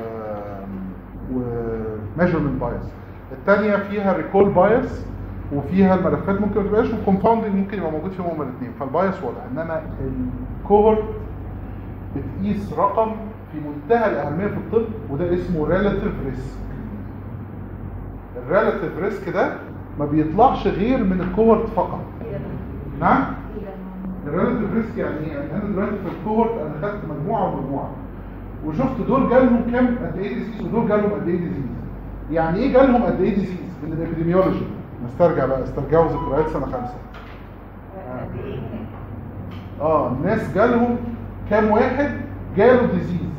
وميجرمنت بايس. الثانيه فيها ريكول بايس وفيها الملفات ممكن ما تبقاش وكومباوندنج ممكن يبقى موجود فيهم هما الاثنين فالبايس واضح. انما الكوهورت بتقيس رقم في منتهى الاهميه في الطب وده اسمه ريلاتيف ريسك. الريلاتيف ريسك ده ما بيطلعش غير من الكوهورت فقط. نعم؟ الريلاتيف ريسك يعني ايه؟ يعني انا دلوقتي في الكوهورت انا خدت مجموعه ومجموعه وشفت دول جالهم كام قد ايه ديزيز ودول جالهم قد ايه ديزيز. يعني ايه جالهم قد ايه ديزيز؟ من الابيديميولوجي. نسترجع بقى استرجعوا ذكريات سنه 5. الناس جالهم كام واحد جاله ديزيز؟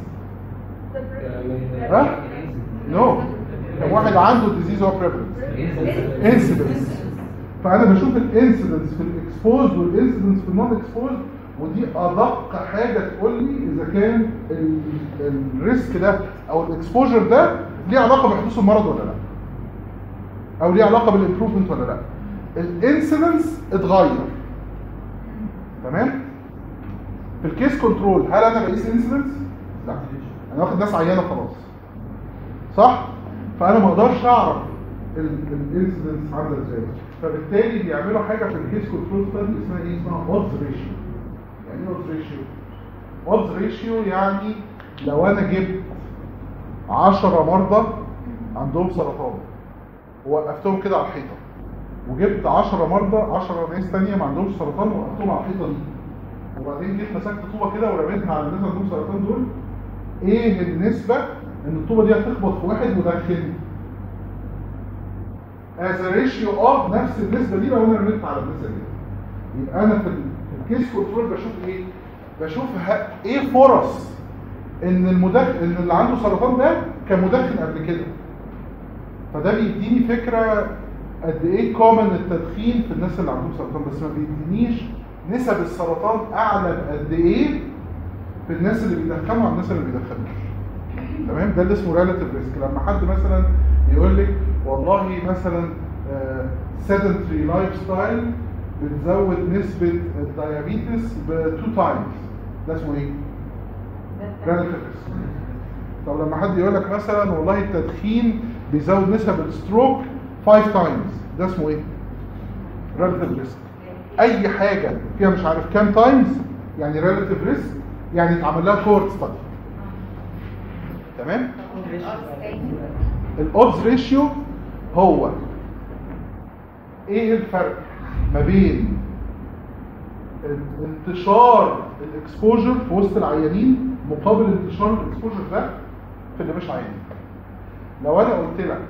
ها؟ نو كم واحد عنده ديزيز هو بريفلنس؟ انسيدنس. فانا بشوف الانسيدنس في الاكسبوز والانسيدنس في النون اكسبوز، ودي ادق حاجه تقول لي اذا كان الريسك ده او الاكسبوجر ده ليه علاقه بحدوث المرض ولا لا، او ليه علاقه بالامبروفمنت ولا لا. الانسيدنس اتغير، تمام. في الكيس كنترول هل انا بقيس انسيدنس؟ لا، انا واخد ناس عيانه خلاص، صح؟ فانا ما اقدرش اعرف الانسيدنس عامله ازاي. فبالتالي بيعملوا حاجه في الكيس كنترول ستادي اسمها ايه؟ اسمها اودز ريشيو. يعني ايه اودز ريشيو؟ اودز ريشيو يعني لو انا جبت 10 مرضى عندهم سرطان ووقفتهم كده على الحيطه، وجبت 10 مرضى 10 ناس ثانيه ما عندهمش سرطان ووقفتهم على الحيطه دي، وبعدين جيت مسكت طوبه كده ورميتها على الناس اللي عندهم سرطان دول، ايه النسبه ان الطوبه دي هتخبط في واحد ودخلني؟ as a ratio of نفس النسبه دي لو انا رميتها على الناس دي. يبقى انا في الكيس كنترول بشوف ايه؟ بشوف ايه فرص ان ان اللي عنده سرطان ده كان مدخن قبل كده. فده بيديني فكره قد ايه كومن التدخين في الناس اللي عندهم سرطان، بس ما بيدينيش نسب السرطان اعلى بقد ايه في الناس اللي بيدخنوا عن الناس اللي ما بيدخنوش. تمام؟ ده اللي اسمه ريلاتيف ريسك. لما حد مثلا يقول لك والله مثلا sedentary لايف ستايل بتزود نسبه الدايابيتس ب 2 تايمز، ده اسمه ايه؟ ريلاتيف ريسك. طب لما حد يقول لك مثلا والله التدخين بيزود نسب الستروك 5 تايمز، ده اسمه ايه؟ ريلاتيف ريسك. اي حاجه فيها مش عارف كام تايمز يعني ريلاتيف ريسك، يعني اتعمل لها كورت ستادي. تمام؟ الاودز ريشيو هو ايه الفرق ما بين انتشار الاكسبوجر في وسط العيانين مقابل انتشار الاكسبوجر ده في اللي مش عيانين. لو انا قلت لك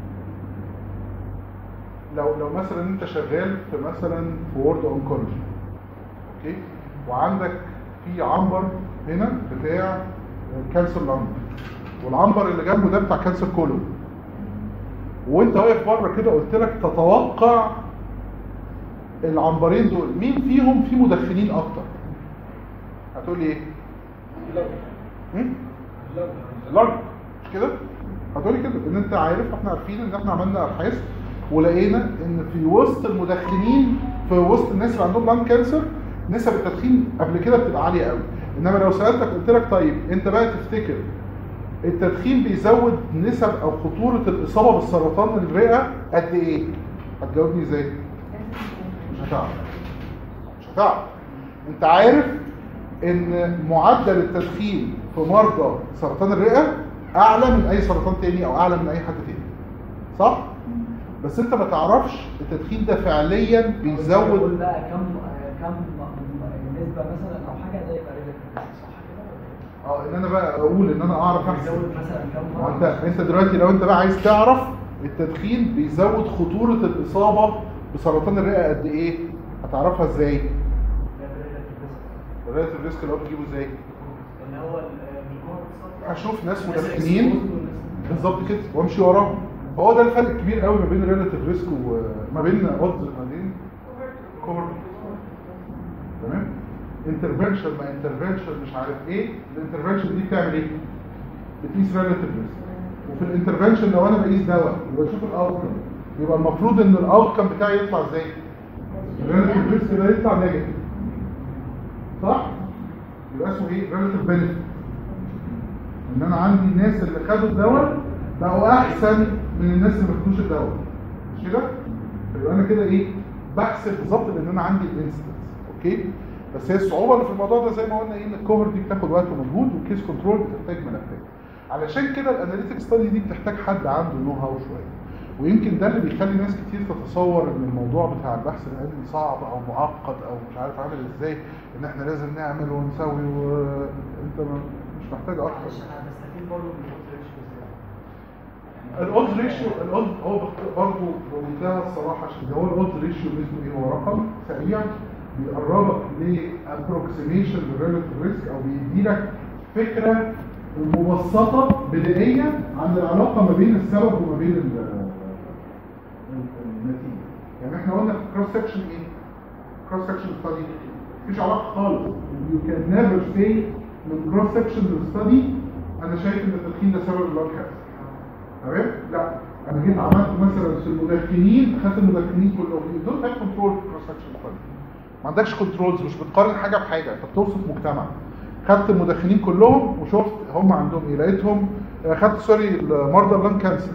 لو مثلا انت شغال في مثلا في وورد اونكولوجي، اوكي، وعندك في عنبر هنا بتاع كانسر لانج، والعنبر اللي جنبه ده بتاع كانسر كولون، وانت واقف بره كده قلت لك تتوقع العنبرين دول مين فيهم فيه مدخنين اكتر؟ هتقول لي ايه؟ لانج، مش كده؟ هتقولي كده ان انت عارف، احنا عارفين ان احنا عملنا ابحاث ولقينا ان في وسط المدخنين، في وسط الناس اللي عندهم لانج كانسر، نسب التدخين قبل كده بتبقى عاليه قوي. انما لو سالتك قلت لك طيب انت بقى تفتكر التدخين بيزود نسب او خطوره الاصابه بالسرطان الرئه قد ايه؟ هتجاوبني ازاي؟ مش هتعرف. انت عارف ان معدل التدخين في مرضى سرطان الرئه اعلى من اي سرطان تاني او اعلى من اي حد تاني، صح؟ بس انت ما تعرفش التدخين ده فعليا بيزود بقى كم نسبه مثلا او حاجه، ده يبقى صح كده؟ ان انا بقى اقول ان انا اعرف احسب مثلا كم انت دلوقتي لو انت بقى عايز تعرف التدخين بيزود خطوره الاصابه بسرطان الرئه قد ايه، هتعرفها ازاي؟ الريلاتيف ريسك اللي هو بتجيبه ازاي؟ اللي هو هشوف ناس مدخنين بالظبط كده وامشي وراهم. هو ده الفرق الكبير قوي ما بين الريلاتيف ريسك وما بين اودز، ما بين كوفر. تمام؟ انترفنشن ما انترفنشن مش عارف ايه، الانترفنشن دي بتعمل ايه؟ بتقيس ريلاتيف ريسك. وفي الانترفنشن لو انا بقيس دواء يبقى اشوف الاوتكم، يبقى المفروض ان الاوتكم بتاعي يطلع ازاي؟ الريلاتيف ريسك ده يطلع نيجاتيف، صح؟ يبقى اسمه ايه؟ ريلاتيف بنفيت. ان انا عندي الناس اللي خدوا الدواء بقوا احسن من الناس اللي ما خدوش الدواء، مش كده؟ يبقى انا كده ايه؟ بحسب بالظبط لان انا عندي الانستنس، اوكي؟ بس هي الصعوبه اللي في الموضوع ده زي ما قلنا ايه، ان الكوفر دي بتاخد وقت ومجهود، والكيس كنترول بتحتاج ملفات. علشان كده الاناليتيك ستادي دي بتحتاج حد عنده نو هاو شويه، ويمكن ده اللي بيخلي ناس كتير تتصور ان الموضوع بتاع البحث العلمي صعب او معقد او مش عارف عامل ازاي، ان احنا لازم نعمل ونسوي وانت مش محتاج اكتر. انا بستفيد برضه من الاودز ريشيو، الاودز هو برضه بمنتهى الصراحه عشان هو الاودز ريشيو اسمه ايه؟ هو رقم سريع بيقربك لابروكسيميشن للريلاتيف ريسك، او بيديلك فكره مبسطه بدائيه عن العلاقه ما بين السبب وما بين النتيجه. يعني احنا قلنا في كروس سكشن ايه؟ كروس سكشن ستادي مفيش علاقه خالص. يو كان نيفر سي من كروس سكشن ستادي انا شايف ان التدخين ده سبب اللانج كانسر. تمام؟ لا، انا جيت عملت مثلا في المدخنين، خدت المدخنين كلهم دول هاف كنترول في كروس سكشن ستادي. ما عندكش كنترولز، مش بتقارن حاجه بحاجه، انت بتوصف مجتمع. خدت المدخنين كلهم وشفت هم عندهم ايه، لقيتهم خدت سوري مرضى اللانج كانسر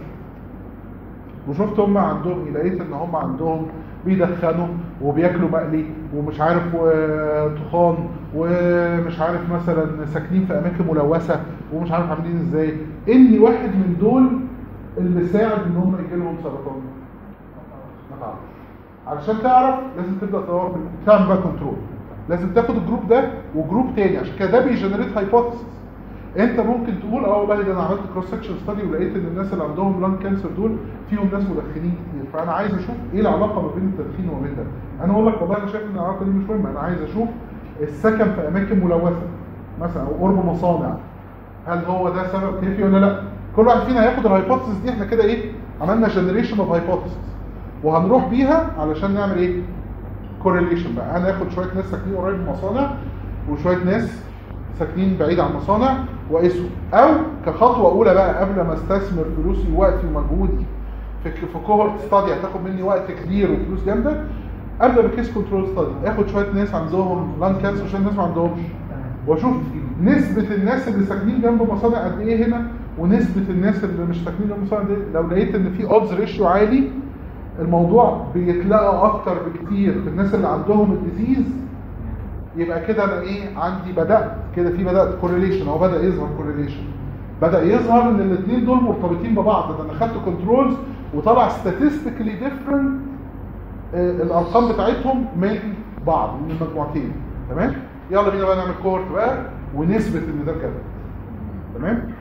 وشفت هم عندهم ايه، لقيت ان هم عندهم بيدخنوا وبياكلوا مقلي ومش عارف وطخان ومش عارف مثلا ساكنين في اماكن ملوثه ومش عارف عاملين ازاي. اني واحد من دول اللي ساعد ان هم يجي لهم سرطان؟ ما تعرفش. علشان تعرف لازم تبدا تدور تعمل بقى كنترول. لازم تاخد الجروب ده وجروب تاني، عشان كده ده بيجنريت هايبوثيسيس. انت ممكن تقول والله ده انا عملت كروس سكشن ستادي ولقيت ان الناس اللي عندهم لانج كانسر دول فيهم ناس مدخنين كتير، فانا عايز اشوف ايه العلاقه ما بين التدخين وما بين ده. انا اقول لك والله انا شايف ان العلاقه دي مش مهمه، انا عايز اشوف السكن في اماكن ملوثه مثلا او قرب مصانع، هل هو ده سبب كافي ولا لا؟ كل واحد فينا هياخد الهايبوثيسيس دي، احنا كده ايه عملنا جنريشن اوف هايبوثيسيس وهنروح بيها علشان نعمل ايه؟ كورليشن بقى. انا اخد شويه ناس ساكنين قريب من المصانع وشويه ناس ساكنين بعيد عن المصانع واقيسهم، او كخطوه اولى بقى قبل ما استثمر فلوسي ووقتي ومجهودي في كوهورت ستادي هتاخد مني وقت كبير وفلوس جامده، ابدا بكيس كنترول ستادي اخد شويه ناس عندهم لانج كانسر عشان الناس ما عندهمش، واشوف نسبه الناس اللي ساكنين جنب مصانع قد ايه هنا ونسبه الناس اللي مش ساكنين جنب مصانع دي. لو لقيت ان في اودز ريشيو عالي الموضوع بيتلقى اكتر بكتير في الناس اللي عندهم الديزيز، يبقى كده انا ايه عندي بدات كده في بدات كورليشن، او بدا يظهر كورليشن، بدا يظهر ان الاثنين دول مرتبطين ببعض. ده انا خدت كنترولز وطلع statistically different الارقام بتاعتهم من بعض من المجموعتين. تمام؟ يلا بينا بقى نعمل كوهورت بقى ونثبت ان ده كده. تمام؟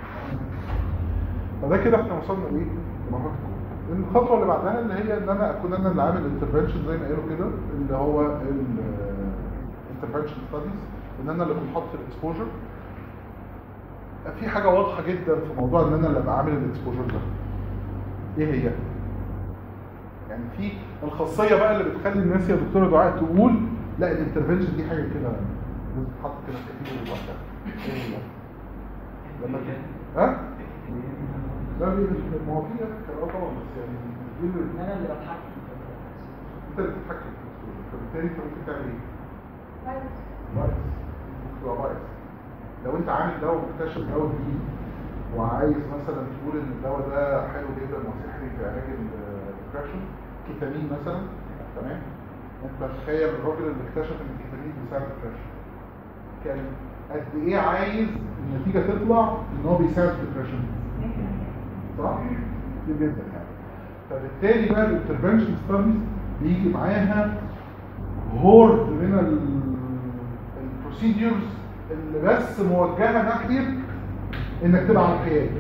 فده كده احنا وصلنا لايه؟ لمرحله الخطوه اللي بعدها اللي هي ان انا اكون انا اللي عامل انترفنشن زي ما قالوا كده، اللي هو الانترفنشن ستاديز، ان انا اللي بنحط الاكسبوجر. في حاجه واضحه جدا في موضوع ان انا اللي ابقى عامل الاكسبوجر ده. ايه هي؟ يعني في الخاصيه بقى اللي بتخلي الناس يا دكتوره دعاء تقول لا الانترفنشن دي حاجه كده لازم تتحط كده في كتير لوحدها. ايه هي؟ لما ها؟ لا ما هو في طبعا، بس يعني انا اللي بتحكم انت اللي بتتحكم في الصوره، فبالتالي انت ممكن تعمل ايه؟ بايس. ممكن تبقى بايس. لو انت عامل دواء مكتشف دواء جديد وعايز مثلا تقول ان الدواء ده حلو جدا وسحري في علاج الديبرشن، كيتامين مثلا، تمام؟ انت تخيل الراجل اللي اكتشف ان الكيتامين بيساعد الديبرشن كان قد ايه عايز النتيجه تطلع ان هو بيساعد الديبرشن، صح؟ كتير جدا يعني. فبالتالي بقى الانترفنشن ستاديز بيجي معاها هورد من البروسيديورز اللي بس موجهه ناحيه انك تبقى على الحياد.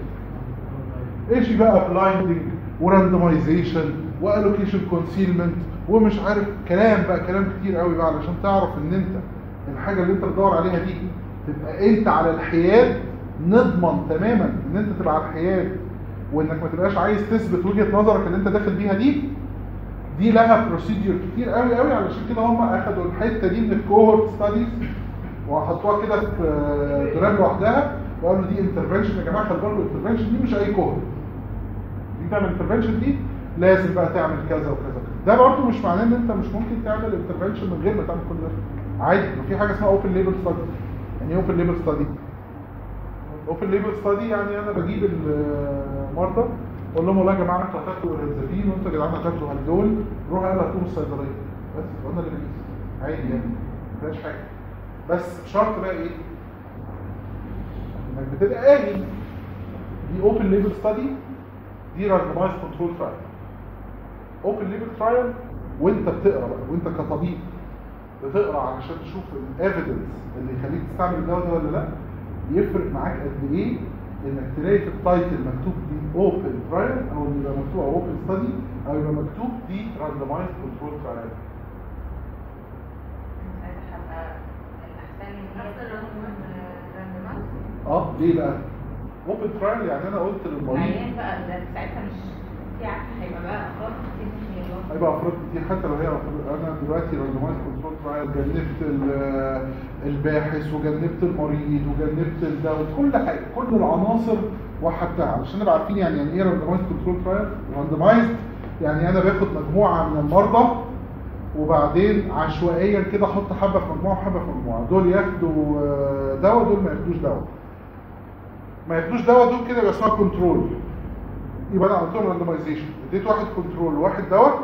ايش بقى بلايندنج وراندمايزيشن والوكيشن كونسيلمنت ومش عارف كلام بقى، كلام كتير قوي بقى علشان تعرف ان انت الحاجه اللي انت بتدور عليها دي تبقى انت على الحياد. نضمن تماما ان انت تبقى على الحياد وانك ما تبقاش عايز تثبت وجهه نظرك اللي انت داخل بيها دي لها بروسيدور كتير قوي قوي. علشان كده هم اخدوا الحته دي من الكوهورت ستاديز وحطوها كده في دولاب لوحدها وقالوا دي انترفنشن. يا جماعه خلي بالكم الانترفنشن دي مش اي كوهورت، دي تعمل انترفنشن دي لازم بقى تعمل كذا وكذا. ده برضه مش معناه ان انت مش ممكن تعمل انترفنشن من غير ما تعمل كل ده عادي. في حاجه اسمها اوبن ليبل ستادي. يعني ايه اوبن ليبل ستادي؟ اوبن ليبل ستادي يعني انا بجيب المرضى اقول لهم والله يا جماعه انتوا هتاخدوا الرنزافين وانتوا يا جدعان هتاخدوا هالدول، روحوا يلا هاتوهم الصيدليه بس. قلنا اللي بيجي عادي يعني ما فيهاش حاجه. بس شرط بقى ايه؟ انك بتبقى قايل دي اوبن ليبل ستادي، دي راندمايز كنترول ترايل. اوبن ليبل ترايل وانت بتقرا بقى، وانت كطبيب بتقرا علشان تشوف الايفيدنس اللي يخليك تستعمل الدواء ده ولا لا. يفرق معاك قد ايه انك تلاقي في التايتل مكتوب دي اوبن ترايل او يبقى مكتوب اوبن ستادي او يبقى مكتوب دي راندمايز كنترول ترايل. ليه بقى؟ اوبن ترايل يعني انا قلت للمريض العيان بقى ده ساعتها مش في عكس، هيبقى بقى افراد كتير مش هيبقى. هيبقى افراد كتير حتى لو هي انا دلوقتي راندومايز كنترول ترايل جنبت الباحث وجنبت المريض وجنبت الدواء، كل حاجه كل العناصر وحدها علشان نبقى عارفين يعني ايه راندومايز كنترول ترايل. راندومايز يعني انا باخد مجموعه من المرضى وبعدين عشوائيا كده احط حبه في مجموعه وحبه في مجموعه، دول ياخدوا دواء دول ما ياخدوش دواء، ما ياخدوش دواء دول كده يبقى اسمها كنترول. يبقى انا عملت لهم راندومايزيشن، اديت واحد كنترول وواحد دواء،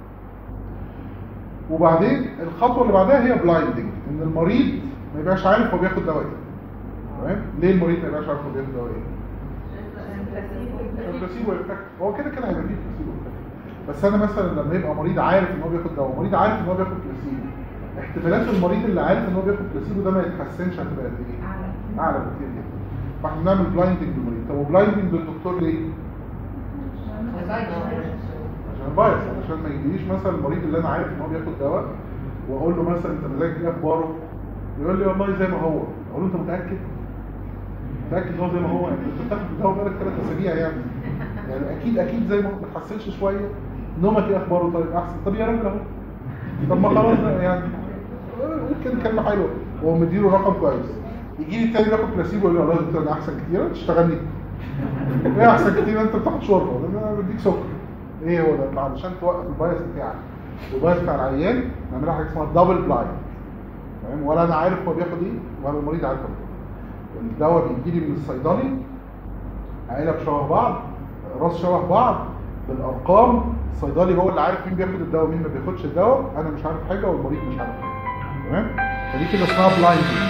وبعدين الخطوه اللي بعدها هي بلايندنج، ان المريض ما يبقاش عارف هو بياخد دواء ايه. تمام؟ ليه المريض ما يبقاش عارف هو بياخد دواء ايه؟ البلاسيبو افكت، هو كده كده هيبقى فيه بلاسيبو افكت، بس انا مثلا لما يبقى مريض عارف ان هو بياخد دواء، مريض عارف ان هو بياخد بلاسيبو، احتمالات المريض اللي عارف ان هو بياخد بلاسيبو ده ما يتحسنش هتبقى قد ايه؟ اعلى بكتير جدا. فاحنا بنعمل بلايندنج للمريض. طب وبلايندنج للدكتور ليه؟ عشان بايظ، عشان ما يجيليش مثلا المريض اللي انا عارف ان هو بياخد دواء واقول له مثلا انت مزاجك ايه اخباره؟ يقول لي والله زي ما هو. اقول له انت متاكد؟ متاكد ان هو زي ما هو؟ يعني انت بتاخد الدواء بقالك 3 اسابيع يعني اكيد زي ما هو، ما تحسنش شويه. نومك ايه اخباره؟ طيب احسن. طب يا راجل اهو، طب ما خلاص يعني ممكن كلمه حلوه وهو مديله رقم كويس. يجي لي التاني ياخد بلاسيبو يقول لي والله دكتور انا احسن كتير، تشتغلني ايه احسن كتير؟ انت بتاخد شوربه، انا بديك سكر. ايه هو ده؟ علشان توقف البايس بتاعك والبايس بتاع العيان نعملها حاجه اسمها دبل بلايند. تمام؟ ولا انا عارف هو بياخد ايه ولا المريض عارف هو بياخد ايه. الدواء بيجي لي من الصيدلي علب شبه بعض، راس شبه بعض بالارقام، الصيدلي هو اللي عارف مين بياخد الدواء ومين ما بياخدش الدواء، انا مش عارف حاجه والمريض مش عارف حاجه. تمام؟ فدي كده اسمها بلايندنج.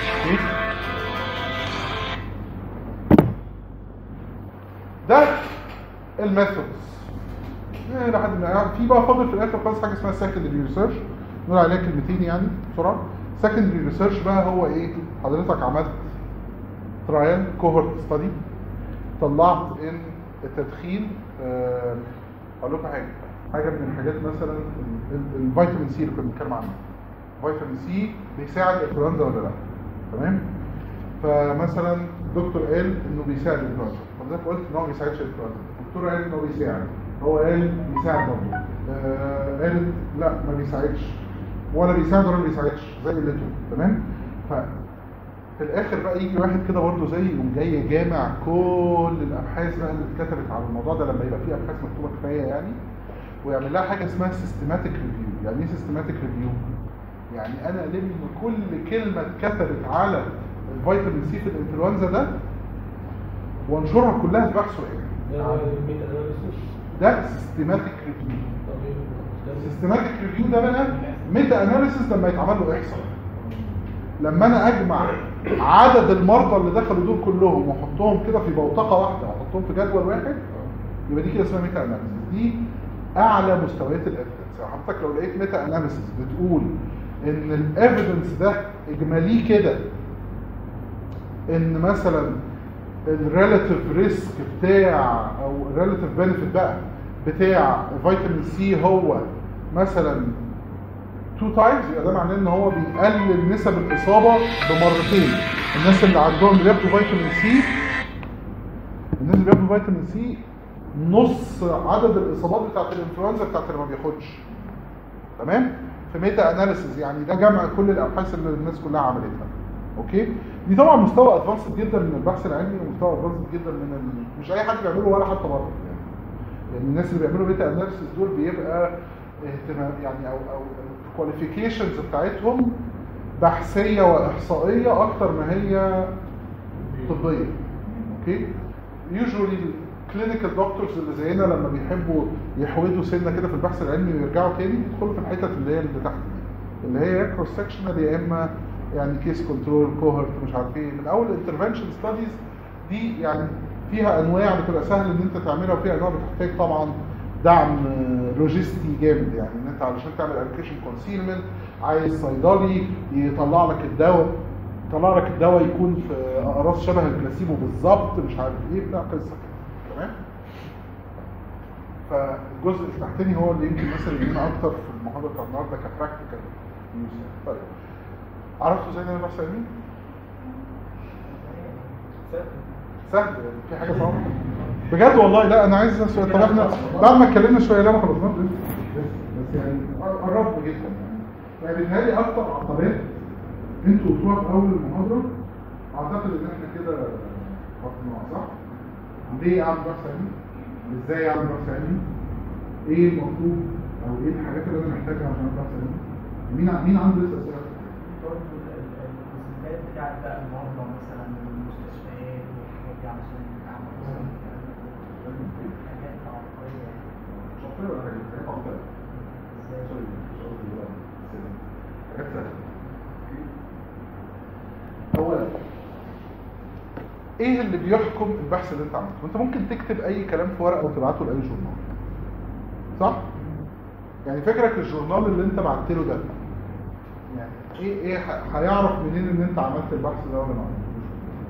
ده الميثودز. لحد ما في بقى فاضل في الاخر خالص حاجه اسمها سكندري ريسيرش، نقول عليها كلمتين يعني بسرعه. سكندري ريسيرش بقى هو ايه؟ حضرتك عملت ترايل كوهورت ستادي، طلعت ان التدخين اقول لكم حاجه من الحاجات مثلا الفيتامين سي اللي كنا بنتكلم عنه. فيتامين سي بيساعد الانفلونزا ولا لا؟ تمام؟ فمثلا الدكتور قال انه بيساعد الانفلونزا، حضرتك قلت ان هو ما بيساعدش الانفلونزا، الدكتور قال انه بيساعد، هو قال بيساعد برضه، قال لا ما بيساعدش، ولا بيساعد ولا ما بيساعدش زي اللي انتوا. تمام؟ ففي الاخر بقى يجي واحد كده برضه زي يقوم جاي جامع كل الابحاث بقى اللي اتكتبت على الموضوع ده، لما يبقى في ابحاث مكتوبه كفايه يعني، ويعمل لها حاجه اسمها سيستماتيك ريفيو. يعني ايه سيستماتيك ريفيو؟ يعني انا الم كل كلمه اتكتبت على الفيتامين سي في الانفلونزا ده وانشرها كلها في بحث واحد. ده سيستماتيك ريفيو. سيستماتيك ريفيو ده بقى ميتا اناليسيس لما يتعمل له احصاء. لما انا اجمع عدد المرضى اللي دخلوا دول كلهم واحطهم كده في بوتقه واحده، احطهم في جدول واحد، يبقى دي كده اسمها ميتا اناليسيس. دي اعلى مستويات الافيدنس. حضرتك لو لقيت ميتا اناليسيس بتقول ان الافيدنس ده اجمالي كده ان مثلا الريلاتيف ريسك بتاع او الريلاتيف بنفيت بقى بتاع فيتامين سي هو مثلا 2 تايمز، يبقى ده معناه ان هو بيقلل نسب الاصابه بمرتين. الناس اللي عندهم اللي بياخدوا فيتامين سي، الناس اللي بياخدوا فيتامين سي نص عدد الاصابات بتاعت الانفلونزا بتاعت اللي ما بياخدش. تمام؟ في ميتا اناليسيز يعني ده جمع كل الابحاث اللي الناس كلها عملتها. اوكي؟ دي طبعا مستوى ادفانسد جدا من البحث العلمي ومستوى ادفانسد جدا من مش اي حد بيعمله ولا حتى بره يعني. لان الناس اللي بيعملوا ميتا اناليسيز دول بيبقى اهتمام يعني او الكواليفيكيشنز بتاعتهم بحثيه واحصائيه اكتر ما هي طبيه. اوكي؟ يوجوالي الكلينيكال دكتورز اللي زينا لما بيحبوا يحودوا سنه كده في البحث العلمي ويرجعوا تاني يدخلوا في الحتت اللي هي اللي تحت دي، اللي هي كروس سكشنال يا اما يعني كيس كنترول كوهورت مش عارف ايه. من اول انترفنشن ستاديز دي يعني فيها انواع بتبقى سهل ان انت تعملها، وفيها انواع بتحتاج طبعا دعم لوجستي جامد، يعني ان انت علشان تعمل ابلكيشن كونسيلمنت عايز صيدلي يطلع لك الدواء يكون في اقراص شبه البلاسيبو بالظبط مش عارف ايه بتاع قصه كده. تمام؟ فالجزء التحتاني هو اللي يمكن مثلا يهمنا اكتر في المحاضره بتاع النهارده كبراكتيكال يوز. طيب عرفتوا ازاي نعمل بحث علمي؟ سهل في حاجه صعبه بجد والله. لا انا عايز سؤال. طب احنا بعد ما اتكلمنا شويه لا ما خلصناش بس يعني قربنا جدا يعني بيتهيألي اكتر عقبات انتوا قلتوها في اول المحاضره اعتقد ان احنا كده خلصناها صح؟ ليه اعمل بحث علمي؟ ازاي اعمل بحث علمي؟ ايه المطلوب او ايه الحاجات اللي انا محتاجها عشان اعمل بحث علمي؟ مين عنده لسه اسئله؟ الكونسيبتات بتاعت بقى المرضى مثلا المستشفيات والحاجات دي عشان نعمل حاجات عبقريه مش عبقريه ولا حاجه، حاجات عبقريه. سوري مش قصدي حاجات سهله. اولا ايه اللي بيحكم البحث اللي انت عملته؟ انت ممكن تكتب اي كلام في ورقه وتبعته لاي جورنال صح؟ يعني فكرك الجورنال اللي انت بعت له ده يعني ايه هيعرف منين ان انت عملت البحث ده ولا ما عملتوش؟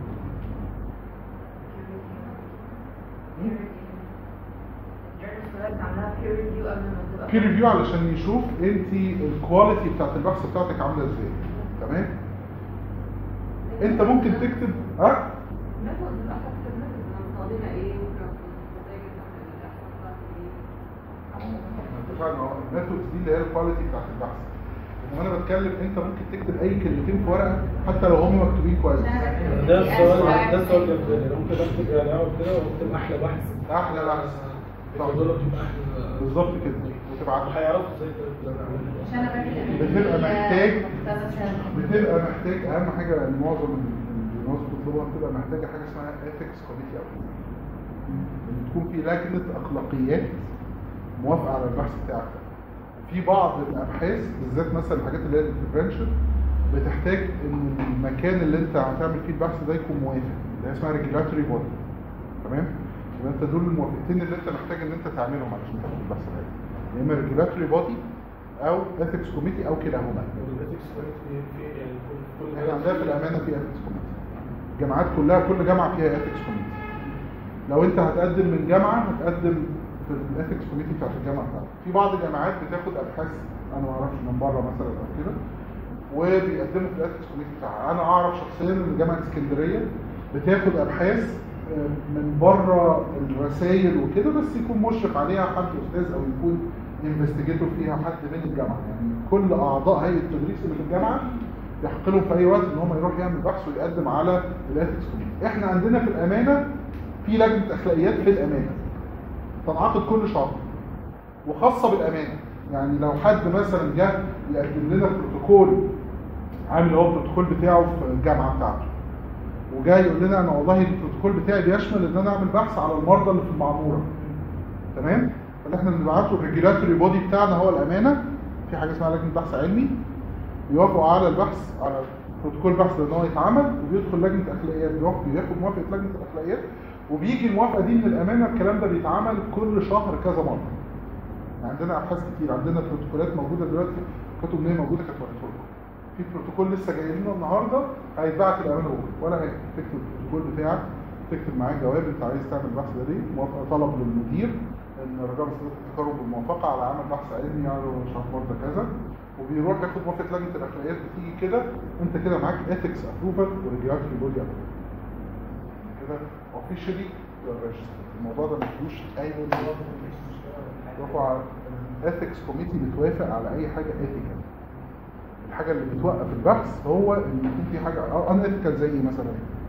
بير ريفيو علشان يشوف انت الكواليتي بتاعت البحث بتاعتك عامله ازاي. تمام؟ انت ممكن تكتب الميثودز دي اللي هي الكواليتي بتاعت البحث. وانا بتكلم انت ممكن تكتب اي كلمتين في ورقه حتى لو هم مكتوبين كويس. ده السؤال اللي في بالي. ممكن اكتب يعني اقعد كده واكتب احلى بحث بالظبط كده وتبعته. هيعرفوا ازاي بتبقى محتاج اهم حاجه يعني معظم الناس بتطلبها بتبقى محتاجه حاجه اسمها ethics committee او تكون في لجنه اخلاقيات موافقه على البحث بتاعك. في بعض الابحاث بالذات مثلا الحاجات اللي هي الانترفنشن بتحتاج ان المكان اللي انت هتعمل فيه البحث ده يكون موافق، اللي هي اسمها ريجولاتوري بودي. تمام؟ يبقى انت دول الموافقتين اللي انت محتاج ان انت تعملهم علشان تاخد البحث ده، يا اما ريجولاتوري بودي او ethics committee او كلاهما. احنا عندنا في الامانه في ethics committee. الجامعات كلها كل جامعه فيها ethics committee. لو انت هتقدم من جامعه هتقدم في الethics committee بتاعت الجامعه بتاعتك. في بعض الجامعات بتاخد ابحاث انا ما اعرفش من بره مثلا او كده وبيقدموا في الethics committee بتاعها. انا اعرف شخصيا ان جامعه اسكندريه بتاخد ابحاث من بره الرسائل وكده بس يكون مشرف عليها حد استاذ او يكون انفستيجيتور فيها حد من الجامعه. يعني كل اعضاء هيئه التدريس اللي في الجامعه يحق لهم في اي وقت ان هم يروح يعمل بحث ويقدم على الethics committee. احنا عندنا في الامانه في لجنه اخلاقيات في الامانه تنعقد كل شهر وخاصه بالامانه. يعني لو حد مثلا جه يقدم لنا بروتوكول عامل هو البروتوكول بتاعه في الجامعه بتاعته وجاي يقول لنا انا والله البروتوكول بتاعي بيشمل ان انا اعمل بحث على المرضى اللي في المعموره. تمام؟ فاللي احنا بنبعته الريجولاتوري بودي بتاعنا هو الامانه. في حاجه اسمها لجنه بحث علمي بيوافقوا على البحث على بروتوكول بحث ان هو يتعمل وبيدخل لجنه اخلاقيات بياخد موافقه لجنه الاخلاقيات وبيجي الموافقه دي من الامانه. الكلام ده بيتعمل كل شهر كذا مره. عندنا ابحاث كتير، عندنا بروتوكولات موجوده دلوقتي كتب ان هي موجوده كانت وريتها لكم. في بروتوكول لسه جاي لنا النهارده هيتبعت الامانه بكره ولا هيك تكتب البروتوكول بتاعك تكتب معاه جواب انت عايز تعمل بحث ده ليه، موافقه طلب للمدير ان رجاء التقرب بالموافقه على عمل بحث علمي على شهر مرضى كذا وبيروح ياخد موافقه لجنه الاخلاقيات بتيجي كده انت كده معاك ethics approval وريجولاتوري بودي كده اوفيشلي الموضوع ده ما فيهوش اي رفع الethics committee بتوافق على اي حاجه ethical. الحاجه اللي بتوقف البحث هو ان يكون في حاجه unethical زي ايه مثلا؟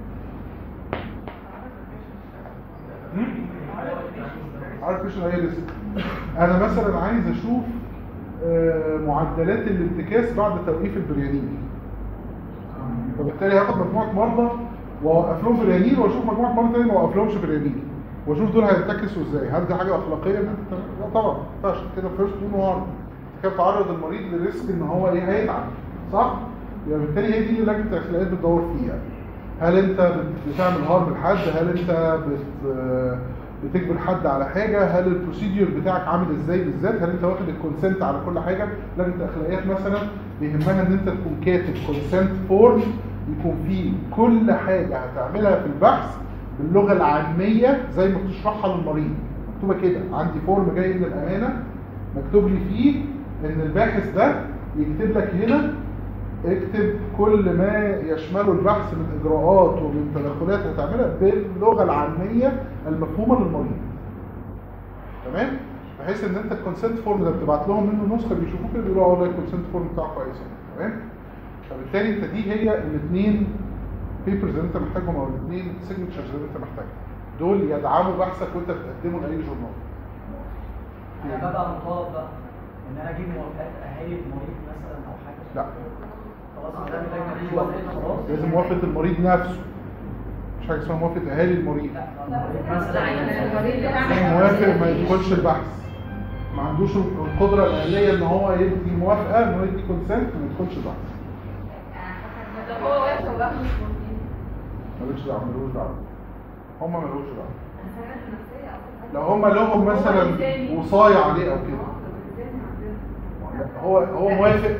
artificial realism. انا مثلا عايز اشوف معدلات الانتكاس بعد توقيف البريانين. فبالتالي هاخد مجموعه مرضى واوقف لهم بريانين واشوف مجموعه مرضى ثانيه ما اوقفلهمش بريانين واشوف دول هينتكسوا ازاي. هل دي حاجه اخلاقيه؟ لا طبعا ما ينفعش كده. فيرست دون هارم كده تعرض المريض للريسك ان هو ايه هيتعب صح؟ يبقى بالتالي هي دي اللي لجنه الاخلاقيات بتدور فيها. هل انت بتعمل هارم لحد؟ هل انت بتجبر حد على حاجه؟ هل البروسيديور بتاعك عامل ازاي بالذات؟ هل انت واخد الكونسنت على كل حاجه؟ لجنه الاخلاقيات مثلا بيهمها ان انت تكون كاتب كونسنت فورم يكون فيه كل حاجه هتعملها في البحث باللغه العاميه زي ما بتشرحها للمريض. مكتوبه كده عندي فورم جاي من الامانه مكتوب لي فيه ان الباحث ده يكتب لك هنا اكتب كل ما يشمله البحث من اجراءات ومن تدخلات هتعملها باللغه العاميه المفهومه للمريض. تمام؟ بحيث ان انت الكونسنت فورم ده بتبعت لهم منه نسخه بيشوفوك كده بيقولوا والله الكونسنت فورم بتاعك كويس. تمام؟ فبالتالي انت دي هي الاثنين بيبرز اللي انت محتاجهم او الاثنين سيجنتشرز اللي انت محتاجهم. دول يدعموا بحثك وانت بتقدمه لاي جورنال. انا ببقى مطالب بقى ان انا اجيب موافقات اهالي المريض مثلا او حاجه. لا خلاص ده محتاج موافقه خلاص. لازم موافقه المريض نفسه. مش حاجه اسمها موافقه اهالي المريض. موافق ما يدخلش البحث. ما عندوش القدره الاهليه ان هو يدي موافقه انه يدي كونسنت ما يدخلش البحث. هو واقف وبقى مش موجود. مالوش دعوه مالوش دعوه. هم مالوش دعوه. لو هم لهم مثلا وصاية عليه او كده. هو موافق.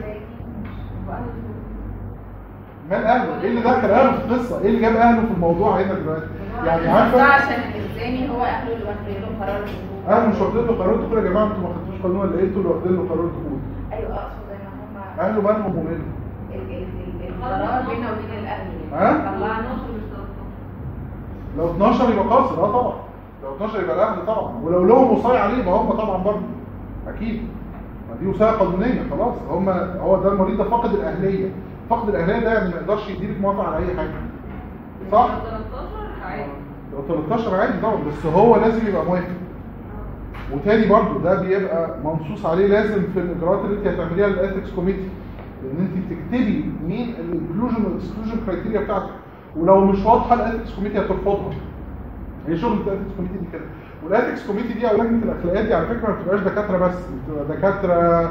مال اهله؟ ايه اللي دخل اهله في القصه؟ ايه اللي جاب اهله في الموضوع هنا دلوقتي؟ يعني عارفه عشان الالزامي هو اهله اللي واخدين له قرار الدخول. اهله مش واخدين له قرار الدخول يا جماعه، انتوا ما خدتوش قانون ولا ايه؟ انتوا اللي واخدين له قرار الدخول. ايوه اقصد ان هم اهله مالهم ومالهم؟ القرار بينه وبين الاهل. ها؟ طلعنا لو 12 يبقى قاصر. طبعا لو 12 يبقى الاهل طبعا، ولو لهم وصاية عليه يبقى هم طبعا برضه اكيد. ما دي وصاية قانونيه خلاص. هو ده المريض ده فاقد الاهليه. فقد الاهليه ده يعني ما يقدرش يديلك موافقه على اي حاجه. صح؟ 13 عادي. لو 13 عادي طبعا، بس هو لازم يبقى موافق. وتاني برضه ده بيبقى منصوص عليه لازم في الاجراءات اللي انت هتعمليها للإيثكس كوميتي، ان انت تكتبي مين الانكلوجن والاكسكلوجن كرايتيريا بتاعتك، ولو مش واضحه الإيثكس كوميتي هترفضها. هي شغل الإيثكس كوميتي دي كده. والإيثكس كوميتي دي او لجنه الاخلاقيات دي على فكره ما بتبقاش دكاتره بس، بتبقى دكاتره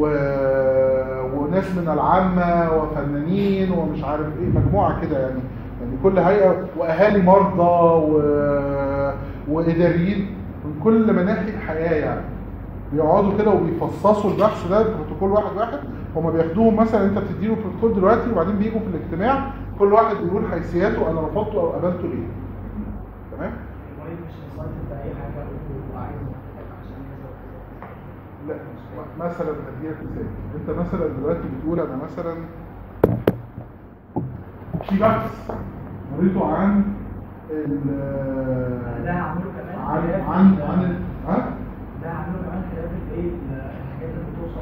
وناس من العامه وفنانين ومش عارف ايه، مجموعه كده يعني كل هيئه، واهالي مرضى واداريين من كل مناحي الحياه يعني. بيقعدوا كده وبيفصصوا البحث ده بروتوكول واحد. هما بياخدوهم مثلا، انت بتديله بروتوكول دلوقتي وبعدين بيجوا في الاجتماع كل واحد بيقول حيثياته انا رفضته او قبلته ليه. تمام؟ المريض مش مصنف باي حاجه وعايز عشان لا مثلا هديلك مثال. انت مثلا دلوقتي بتقول انا مثلا في بحث قريته عن ده هعمله كمان عن ده هعمله كمان خلاف الايه الحاجات اللي بتوصل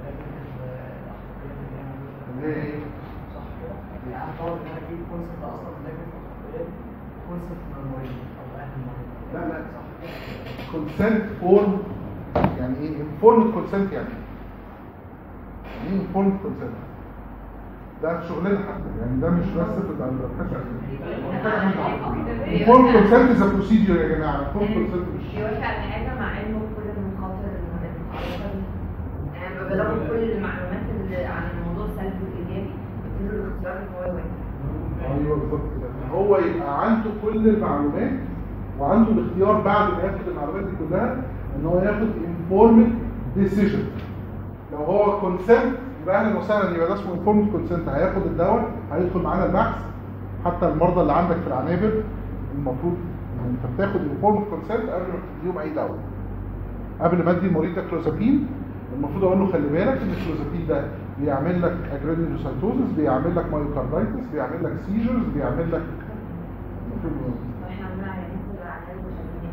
ايه صح كده؟ يعني هطور ان انا اجيب كونسبت اصلا من لجنه التحقيقات، كونسبت من المريض او اهل المريض. لا كونسنت فورم يعني ايه؟ انفورمد كونسنت يعني ايه انفورمد كونسنت؟ ده شغلنا حتى يعني، ده مش بس في الابحاث. انفورمد كونسنت از بروسيدور يا جماعه. انفورمد كونسنت مش بيوافق على حاجه مع علمه بكل المخاطر المتعلقه يعني لما بلاقوا كل المعلومات اللي عن الموضوع السلبي والايجابي بيديله الاختيار ان هو يوافق. ايوه بالظبط كده. هو يبقى عنده كل المعلومات وعنده الاختيار بعد ما ياخد المعلومات دي كلها ان هو ياخد انفورمد ديسيجن. لو هو كونسنت يبقى اهلا وسهلا، يبقى ده اسمه انفورمد كونسنت. هياخد الدواء، هيدخل معانا البحث. حتى المرضى اللي عندك في العنابر المفروض انت بتاخد انفورمد كونسنت قبل ما تديهم اي دواء. قبل ما ادي المريض ده كلوزابين المفروض اقول له خلي بالك ان الكلوزابين ده بيعمل لك اجرانيولوسايتوزس، بيعمل لك مايوكاردايتس، بيعمل لك سيجرز، بيعمل لك احنا عندنا علاج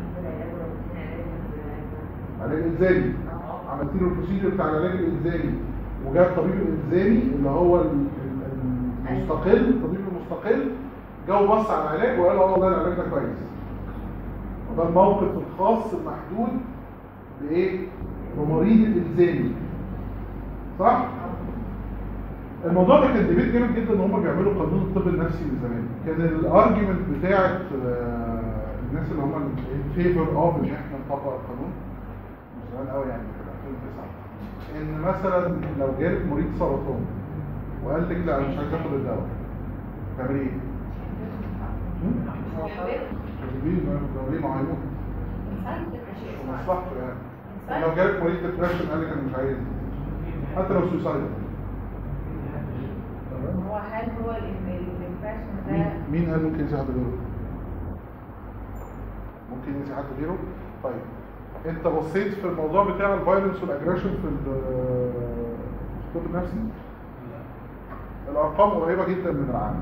علاج الالزامي. عملت له البروسيجر بتاع العلاج الالزامي وجاب طبيب الالزامي اللي هو المستقل، الطبيب المستقل جه وبص على العلاج وقال اه والله العلاج ده كويس. وده الموقف الخاص المحدود بايه؟ بمريض الالزامي. صح؟ الموضوع ده كان ديبيت جامد جدا ان هم بيعملوا قانون الطب النفسي من زمان. كان الارجيومنت بتاعت الناس اللي هم ان فيفور اوف ان احنا نطبق القانون من زمان قوي يعني في 2009، ان مثلا لو جالك مريض سرطان وقال لك لا انا مش عايز اخد الدواء، تعملي ايه؟ ليه ما هيموت؟ مش مصلحته يعني. لو جالك مريض ديبريشن قال لك انا مش عايز، حتى لو سوسايد. هو هل هو الانفكشن ده مين قال ممكن يزيد حد غيره؟ ممكن يزيد حد غيره؟ طيب انت بصيت في الموضوع بتاع الفايلنس والاجريشن في الطب النفسي؟ الارقام قريبه جدا من العامه.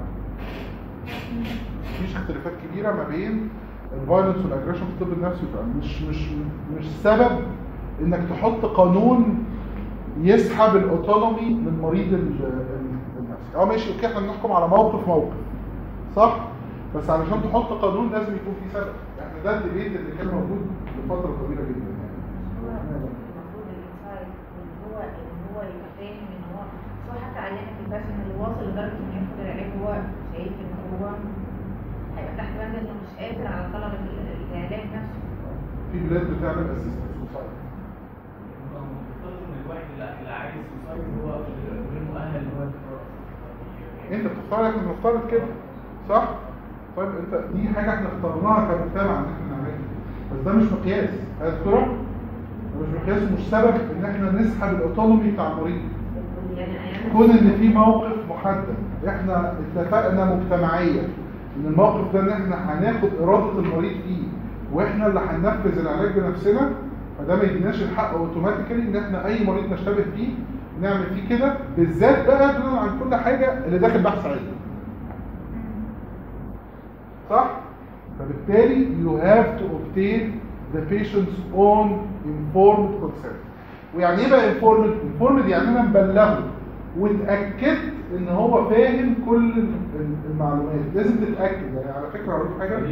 مفيش اختلافات كبيره ما بين الفايلنس والاجريشن في الطب النفسي. مش سبب انك تحط قانون يسحب الاوتونومي من مريض النفسي. ماشي اوكي، احنا بنحكم على موقف صح، بس علشان تحط قانون لازم يكون في سبب. احنا ده الديبيت اللي كان موجود لفتره طويله جدا يعني. المفروض الانسايت هو يبقى فاهم ان هو حتى علينا في الباشن اللي واصل لدرجه انه ياخد العلاج، هو شايف ان هو هيبقى تحت بند انه مش قادر على طلب العلاج نفسه. في بلاد بتعمل اسيستنت سوسايد. المفترض ان الواحد اللي عايز سوسايد هو غير مؤهل ان هو يتفرغ. انت بتفترض كده صح؟ طيب انت دي حاجه احنا اخترناها كمجتمع ان احنا نعملها، بس ده مش مقياس. هتذكره؟ ده مش مقياس ومش سبب ان احنا نسحب الاوتونومي بتاع المريض. كون ان في موقف محدد احنا اتفقنا مجتمعيا ان الموقف ده ان احنا هناخد اراده المريض فيه واحنا اللي هننفذ العلاج بنفسنا، فده ما يديناش الحق اوتوماتيكالي ان احنا اي مريض نشتبه فيه نعمل فيه كده، بالذات بقى دون عن كل حاجه اللي داخل بحث علمي. صح؟ فبالتالي you have to obtain the patient's own informed consent. ويعني ايه بقى informed يعني انا مبلغه واتاكدت ان هو فاهم كل المعلومات. لازم تتاكد. يعني على فكره هقول لكم حاجه،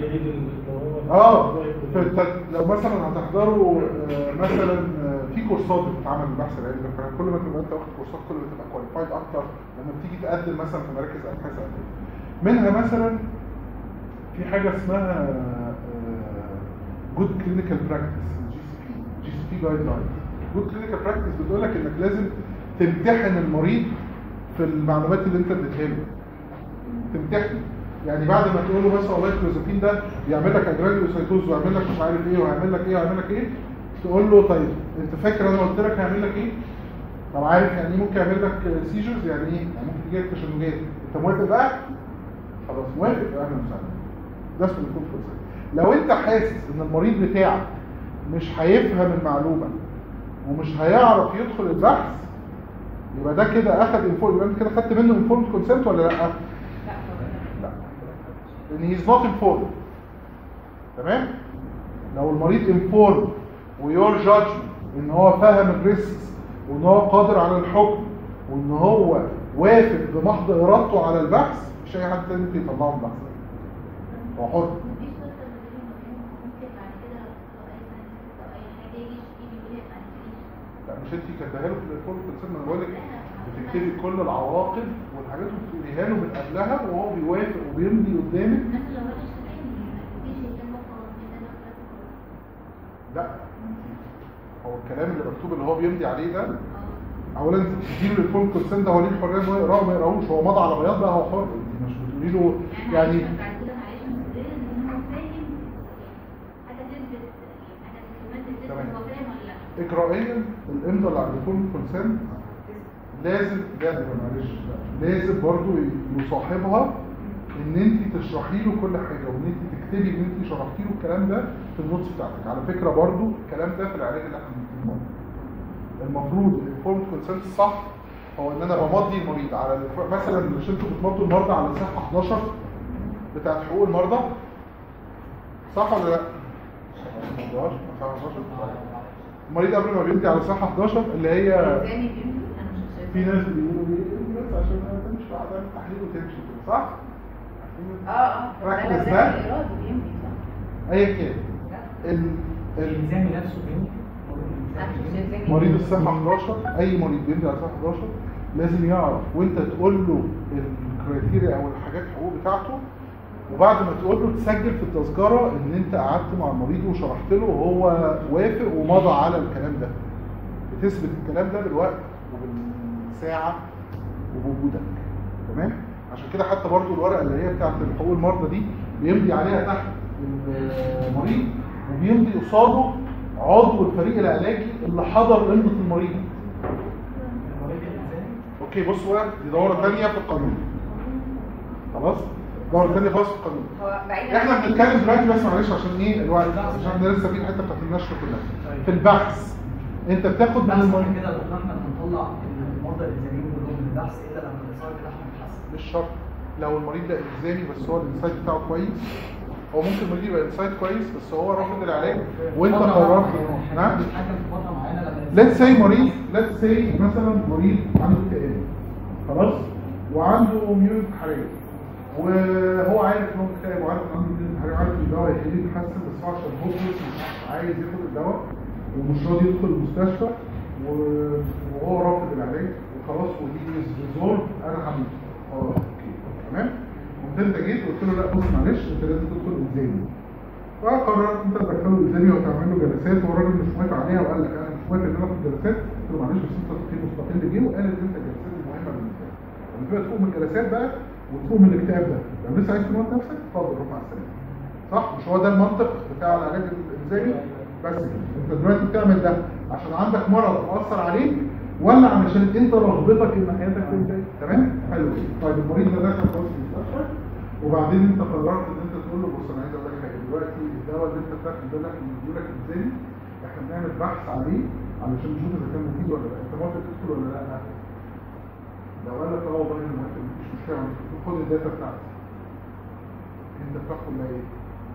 لو مثلا هتحضروا مثلا في كورسات بتتعمل بالبحث العلمي، كل ما تبقى انت واخد كورسات كل ما تبقى كواليفايد اكتر لما بتيجي تقدم مثلا في مراكز ابحاث علميه. منها مثلا في حاجه اسمها جود كلينيكال براكتس، جي سي بي جايد لاين. جود كلينيكال براكتس بتقول لك انك لازم تمتحن المريض في المعلومات اللي انت اديتها له. تمتحن يعني بعد ما تقول له بس والله الكلوزابين ده بيعمل لك اجرانيولوسايتوز ويعمل لك مش عارف ايه وهيعمل لك ايه وهيعمل لك ايه، تقول له طيب انت فاكر انا قلت لك هيعمل لك ايه؟ طب عارف يعني ايه ممكن يعمل لك سيجرز؟ يعني ايه؟ يعني ممكن يجي لك تشنجات. انت موافق بقى؟ خلاص موافق، اهلا وسهلا. ده اسمه الكود كونسنت. لو انت حاسس ان المريض بتاعك مش هيفهم المعلومه ومش هيعرف يدخل البحث، يبقى ده كده اخد انفورم، يبقى انت كده خدت منه انفورم كونسنت ولا لا؟ لا. لان هيز نوت انفورم. تمام؟ لو المريض انفورم ويور جادجمنت ان هو فاهم الريسكس وان هو قادر على الحكم وان هو وافق بمحض ارادته على البحث، مش اي حد تاني ممكن يطلعه من البحث. هو حر. لا مش انت كاتباها له في الانفورم كونسنت، انا بقول لك بتكتبي كل العواقب والحاجات اللي بتقوليها له من قبلها وهو بيوافق وبيمضي قدامك. لا هو الكلام اللي مكتوب اللي هو بيمضي عليه ده، اولا انت بتديله الانفورم كونسنت ده هو ليه الحريه انه يقراه وما يقراهوش، هو مضى على بياض بقى هو حر. انت مش بتقولي له يعني اجرائيا الامضاء اللي على الانفورم كونسنت لازم لازم برضو يصاحبها ان انت تشرحي له كل حاجه وان انت تكتبي ان انت شرحتي له الكلام ده في النوتس بتاعتك. على فكره برضو الكلام ده في العلاج اللي احنا بنكتبه المفروض الانفورم كونسنت الصح هو ان انا بمضي المريض على مثلا مش انتوا بتمضوا المرضى على صفحه 11 بتاعت حقوق المرضى صح ولا لا؟ المريض قبل ما بيمضي على صفحه 11 اللي هي في ناس بيقولوا بس عشان ما تمشي بعد التحليل وتمشي صح؟ ركز ده ايا كان الالزامي نفسه بيمضي. مريض الصحه 11 اي مريض بيمضي على صفحه 11 لازم يعرف وانت تقول له الكرايتيريا او الحاجات الحقوق بتاعته، وبعد ما تقول له تسجل في التذكره ان انت قعدت مع المريض وشرحت له وهو وافق ومضى على الكلام ده. بتثبت الكلام ده بالوقت وبالساعه وبوجودك. تمام؟ عشان كده حتى برضو الورقه اللي هي بتاعت حقوق المرضى دي بيمضي عليها تحت المريض وبيمضي قصاده عضو الفريق العلاجي اللي حضر امضه المريض. اوكي بصوا بقى دي دوره ثانيه في القانون. خلاص؟ دوره ثانيه خالص في القانون. احنا بنتكلم دلوقتي بس معلش عشان ايه الوقت، عشان احنا لسه في الحته بتاعت النشر كلها. في البحث انت بتاخد من المريض كده لو احنا بنطلع المرضى الالزاميين كلهم من البحث الا لما الاصرار بتاعهم يتحسن. مش شرط. لو المريض ده الزامي بس هو الانسايت بتاعه كويس، هو ممكن المريض يبقى انسايت كويس بس هو رافض العلاج وانت قررت. نعم. ليتس سي مريض، ليتس سي مثلا مريض عنده اكتئاب خلاص وعنده ميول حراري وهو عارف ان هو مكتئب وعارف ان عنده ميول حراري وعارف ان الدواء هيخليه يتحسن، بس هو عشان هوبلس مش عايز ياخد الدواء ومش راضي يدخل المستشفى وهو رافض العلاج وخلاص ودي ريزولف انا هموت خلاص اوكي تمام. قمت انت جيت وقلت له لا بص معلش انت لازم تدخل الزامي، فقررت انت تدخله الزامي وتعمل له جلسات والراجل مش موافق عليها وقال لك انا مش موافق ان انا اخد جلسات. قلت له معلش بس انت في مستقل جه وقال ان انت الجلسات دي مهمه بالنسبه لك، لما تبقى تقوم من الجلسات بقى وتقوم من الاكتئاب ده لو لسه عايز تموت نفسك اتفضل روح مع السلامه. صح؟ مش هو ده المنطق بتاع العلاج الزامي؟ بس كده انت دلوقتي بتعمل ده عشان عندك مرض مؤثر عليك ولا علشان انت رغبتك ان حياتك تنتهي؟ تمام؟ حلو. طيب المريض ده دخل خلاص المستشفى وبعدين انت قررت ان انت تقول له بص انا عايز اقول لك حاجه دلوقتي الدواء اللي انت بتاخده ده اللي بيديهولك الزامي احنا بنعمل بحث عليه علشان نشوف اذا كان مفيد ولا لا، انت موافق تدخل ولا لا؟ لو قال لك اه والله انا موافق مفيش مشكله خد الداتا بتاعتي انت بتاخد ولا ايه؟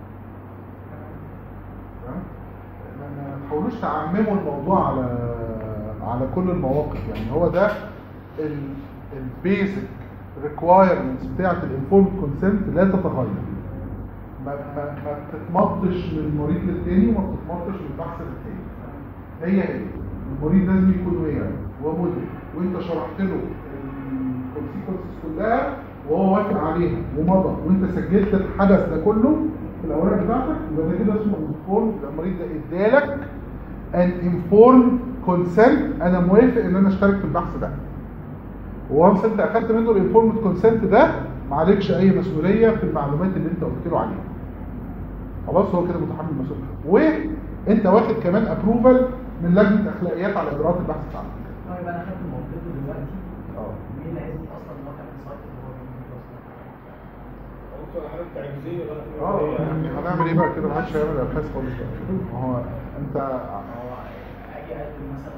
تمام؟ ما تحاولوش تعمموا الموضوع على كل المواقف، يعني هو ده البيزك ريكوايرمنتس بتاعت الانفورمد كونسنت لا تتغير. ما تتمطش من المريض للتاني وما تتمطش من البحث للتاني. هي المريض لازم يكون واعي ومدرك وانت شرحت له الكونسيكونسز كلها وهو وافق عليها ومضى وانت سجلت الحدث ده كله في الاوراق بتاعتك، يبقى ده كده اسمه انفورم. المريض ده ادالك ان انفورم كونسنت، انا موافق ان انا اشترك في البحث ده. وانس انت اخدت منه الانفورمد كونسنت ده ما عليكش اي مسؤوليه في المعلومات اللي انت قلت له عليها. خلاص هو كده متحمل المسؤوليه وانت واخد كمان ابروفال من لجنه اخلاقيات على اجراءات البحث بتاعتك. طيب انا خدت موقفه دلوقتي مين اللي هيثبت اصلا ان هو كان في سايت هنعمل ايه بقى كده؟ ما حدش هيعمل ابحاث خالص بقى. ما هو انت هو اجي اقدم مثلا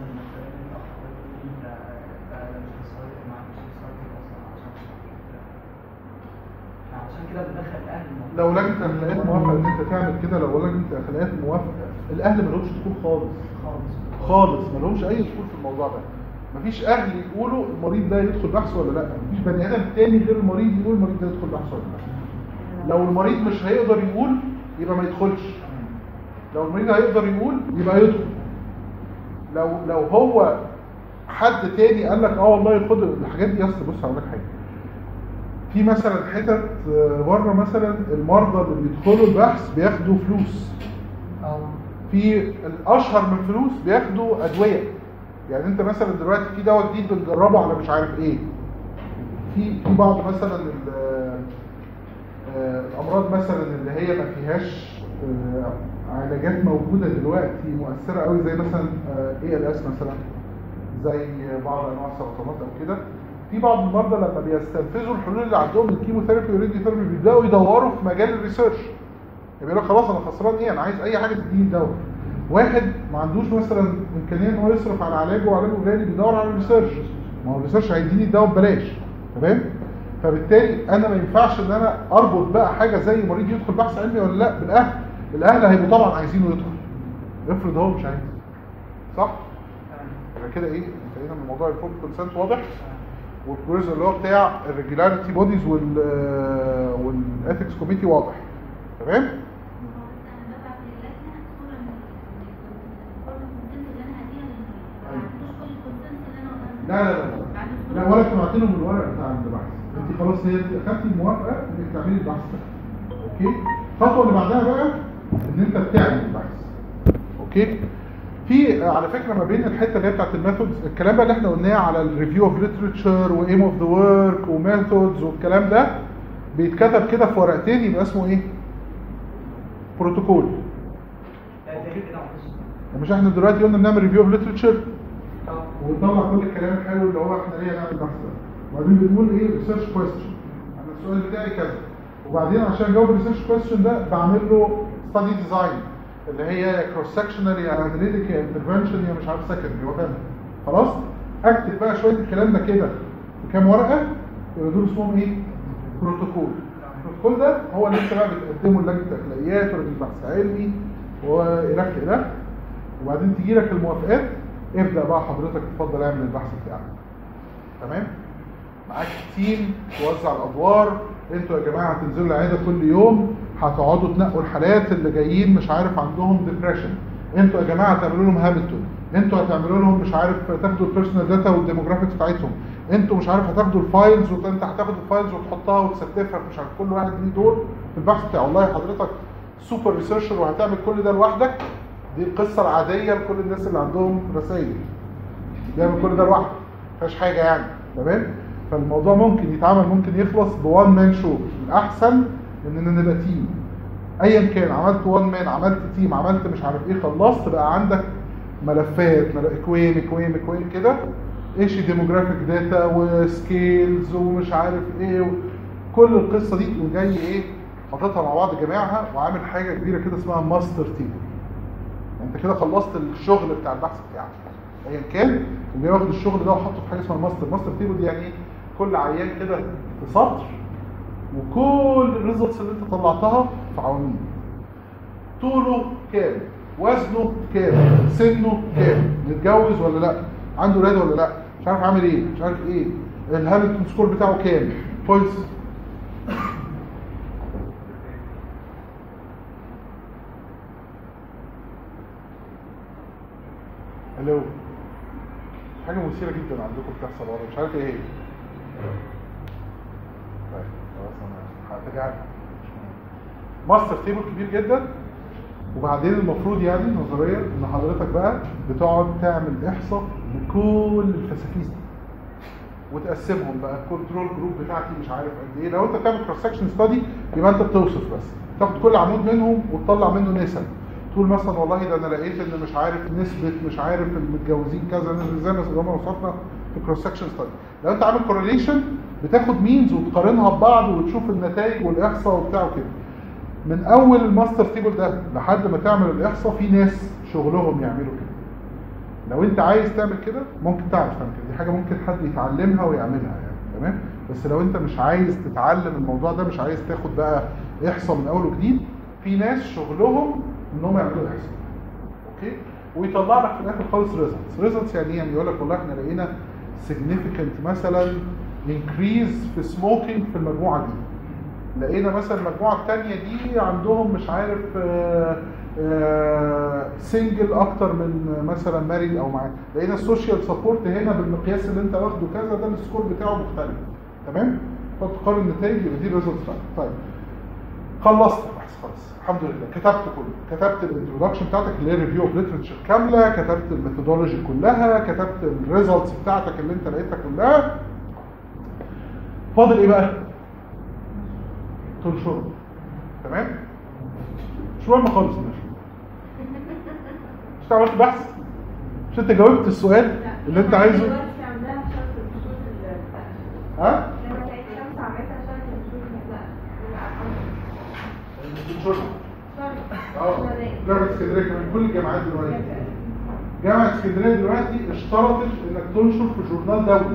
عشان كده بندخل الاهل. لو لجنه اخلاقيات موافقه ان انت تعمل كده، لو لجنه اخلاقيات موافقه الاهل ما لهمش دخول خالص ما لهمش اي دخول في الموضوع ده. مفيش اهل يقولوا المريض ده يدخل بحث ولا لا، مفيش بني ادم تاني غير المريض يقول المريض ده يدخل بحث ولا لا. لو المريض مش هيقدر يقول يبقى ما يدخلش، لو المريض هيقدر يقول يبقى يدخل. لو هو حد تاني قال لك والله خد الحاجات دي. اصل بص هقول لك حاجه، في مثلا حتت بره مثلا المرضى اللي بيدخلوا البحث بياخدوا فلوس، في الاشهر من فلوس بياخدوا ادويه. يعني انت مثلا دلوقتي في دواء جديد بنجربه على مش عارف ايه، في بعض مثلا الامراض مثلا اللي هي ما فيهاش علاجات موجوده دلوقتي مؤثره قوي زي مثلا ALS مثلا، زي بعض انواع السرطانات او كده. في بعض المرضى لما بيستنفذوا الحلول اللي عندهم الكيموثيرابي والراديو ثيرابي بيبداوا يدوروا في مجال الريسيرش. يبقى له خلاص انا خسران ايه؟ انا عايز اي حاجه تديني الدواء. واحد ما عندوش مثلا امكانيه ان هو يصرف على علاجه وعلاجه غالي بيدور على الريسيرش، ما هو الريسيرش هيديني الدواء ببلاش. تمام؟ فبالتالي انا ما ينفعش ان انا اربط بقى حاجه زي مريض يدخل بحث علمي ولا لا بالاهل. الاهل هيبقوا طبعا عايزينه يدخل، افرض هو مش عايز. صح؟ يبقى كده ايه؟ انتهينا من موضوع الفول كونسنت واضح؟ والبروسيس اللي هو بتاع الريجولاريتي بوديز والاثكس كوميتي واضح. تمام؟ لا ولا سمعت لهم الورق بتاع البحث. انت خلاص هي اخدتي الموافقه انك تعملي البحث ده. اوكي؟ الخطوه اللي بعدها بقى ان انت بتعمل البحث. اوكي؟ في على فكره ما بين الحته اللي هي بتاعت الميثودز، الكلام بقى اللي احنا قلناه على الريفيو اوف ليترشر وايم اوف ذا ورك وميثودز والكلام ده بيتكتب كده في ورقتين يبقى اسمه ايه؟ بروتوكول. مش احنا دلوقتي قلنا بنعمل ريفيو اوف ليترشر ونطلع كل الكلام الحلو اللي هو احنا ليه نعمل بحث ده، وبعدين بنقول ايه؟ ريسيرش كويستشن، انا السؤال بتاعي كذا، وبعدين عشان اجاوب الريسيرش كويستشن ده بعمل له ستادي ديزاين اللي هي كروس سكشنال يا اناليتيك يا انترفنشن يا مش عارف سكندري وكذا. خلاص اكتب بقى شويه الكلام ده كده في كام ورقه يبقى دول اسمهم ايه؟ بروتوكول. البروتوكول ده هو اللي انت بقى بتقدمه لجنه التكليات ولجنه البحث العلمي والى وبعدين تيجي لك الموافقات، ابدا بقى حضرتك اتفضل اعمل البحث بتاعك. تمام؟ معاك تيم توزع الادوار، انتوا يا جماعه هتنزلوا العياده كل يوم هتقعدوا تنقوا الحالات اللي جايين مش عارف عندهم ديبريشن، انتوا يا جماعه هتعملوا لهم هامilton، انتوا هتعملوا لهم مش عارف تاخدوا البيرسونال داتا والديموغرافيكس بتاعتهم، انتوا مش عارف هتاخدوا الفايلز وانت هتاخد الفايلز وتحطها وتستفها مش عارف كل واحد ليه دور في البحث بتاعه. والله حضرتك سوبر ريسيرشر وهتعمل كل ده لوحدك، دي القصه العاديه لكل الناس اللي عندهم رسائل بيعمل كل ده لوحده مفيهاش حاجه يعني. تمام؟ فالموضوع ممكن يتعمل ممكن يخلص بوان مان شو. الاحسن اننا نبقى تيم ايا كان، عملت وان مان عملت تيم عملت مش عارف ايه خلصت بقى عندك ملفات اكويم كده ايش ديموغرافيك داتا وسكيلز ومش عارف ايه كل القصه دي تقوم جاي ايه حاططها مع بعض جماعها وعامل حاجه كبيره كده اسمها ماستر تيبل. انت كده خلصت الشغل بتاع البحث بتاعك ايا كان، وجاي واخد الشغل ده وحطه في حاجه اسمها ماستر تيبل. دي يعني كل عيان كده في سطر وكل الريزلتس اللي انت طلعتها في عواميد، طوله كام، وزنه كام، سنه كام، متجوز ولا لا، عنده ولاد ولا لا، مش عارف عامل ايه، مش عارف ايه، الهامilton سكور بتاعه كام، بوينتس. الو، حاجه مثيره جدا عندكم بتحصل ورا مش عارف ايه هي. طيب خلاص انا هتجاهل. ماستر تيبل كبير جدا، وبعدين المفروض يعني نظريا ان حضرتك بقى بتقعد تعمل احصاء لكل الفسافيس دي وتقسمهم بقى الكنترول جروب بتاعتي مش عارف قد ايه. لو انت بتعمل كروس سكشن ستادي يبقى انت بتوصف بس، تاخد كل عمود منهم وتطلع منه نسب، تقول مثلا والله ده انا لقيت ان مش عارف نسبه مش عارف المتجوزين كذا زي ما وصفنا في كروس سكشن ستادي. لو انت عامل كورليشن بتاخد مينز وتقارنها ببعض وتشوف النتائج والاحصاء وبتاعه كده. من اول الماستر تيبل ده لحد ما تعمل الاحصاء في ناس شغلهم يعملوا كده. لو انت عايز تعمل كده ممكن تعرف تعمل كده، دي حاجه ممكن حد يتعلمها ويعملها يعني. تمام؟ بس لو انت مش عايز تتعلم الموضوع ده، مش عايز تاخد بقى احصاء من اول وجديد، في ناس شغلهم انهم يعملوا احصاء. اوكي؟ ويطلع لك في الاخر خالص ريزلتس. يعني ايه؟ يعني يقول لك والله احنا لقينا significant مثلا increase في سموكينج في المجموعه دي، لقينا مثلا المجموعه الثانيه دي عندهم مش عارف سنجل اكتر من مثلا ماريد او معاه، لقينا السوشيال سبورت هنا بالمقياس اللي انت واخده كذا، ده السكور بتاعه مختلف. تمام؟ فتقارن النتائج يبقى دي الريزلت بتاعتك. طيب خلصت البحث خلاص الحمد لله، كتبت كله، كتبت الانترودكشن بتاعتك اللي هي ريفيو اوف ليترشر كامله، كتبت الميثودولوجي كلها، كتبت الريزلتس بتاعتك اللي انت لقيتها كلها. فاضل ايه بقى؟ تنشره. تمام؟ مش مهم خالص النشر. مش عملت بحث؟ مش انت جاوبت السؤال اللي انت عايزه؟ ها؟ جامعة اسكندريه كمان، كل الجامعات دلوقتي. جامعة اسكندريه دلوقتي اشترطت انك تنشر في جورنال دولي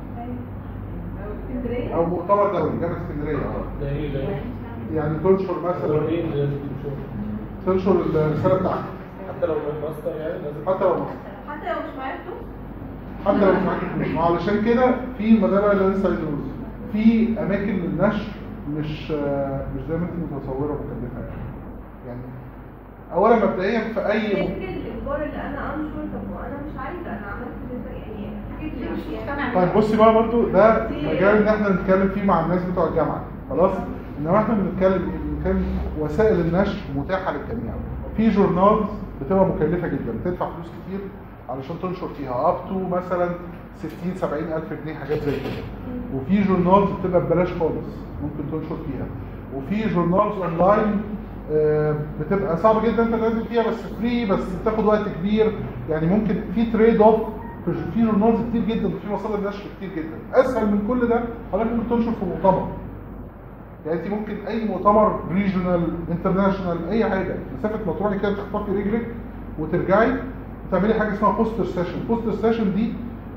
او مؤتمر دولي. جامعة اسكندريه يعني تنشر مثلا تنشر الرساله بتاعتك حتى لو ماستر يعني لازم، حتى لو مش معرفته، حتى لو مش معاك. علشان كده في مدارس الانسايدرز في اماكن للنشر مش زي ما انت متصوره مكلفه يعني. اولا مبدئيا في اي فكره الاجبار اللي انا انشر، طب وانا مش عايزه، انا عملت يعني مش مقتنعه. طيب بصي بقى برضو ده مجال ان احنا نتكلم فيه مع الناس بتوع الجامعه خلاص. انما احنا بنتكلم وسائل النشر متاحه للجميع. في جورنالز بتبقى مكلفه جدا، بتدفع فلوس كتير علشان تنشر فيها اب تو مثلا 60-70 الف جنيه حاجات زي كده. وفي جورنالز بتبقى ببلاش خالص ممكن تنشر فيها. وفي جورنالز اونلاين بتبقى صعب جدا انت تنزل فيها بس فري، بس بتاخد وقت كبير يعني. ممكن في تريد اوف في جورنالز كتير جدا وفي مصادر نشر كتير جدا. اسهل من كل ده حضرتك ممكن تنشر في مؤتمر. يعني انت ممكن اي مؤتمر ريجونال انترناشونال اي حاجه، مسافه ما تروحي كده تخطفي رجلك وترجعي وتعملي حاجه اسمها بوستر سيشن. بوستر سيشن دي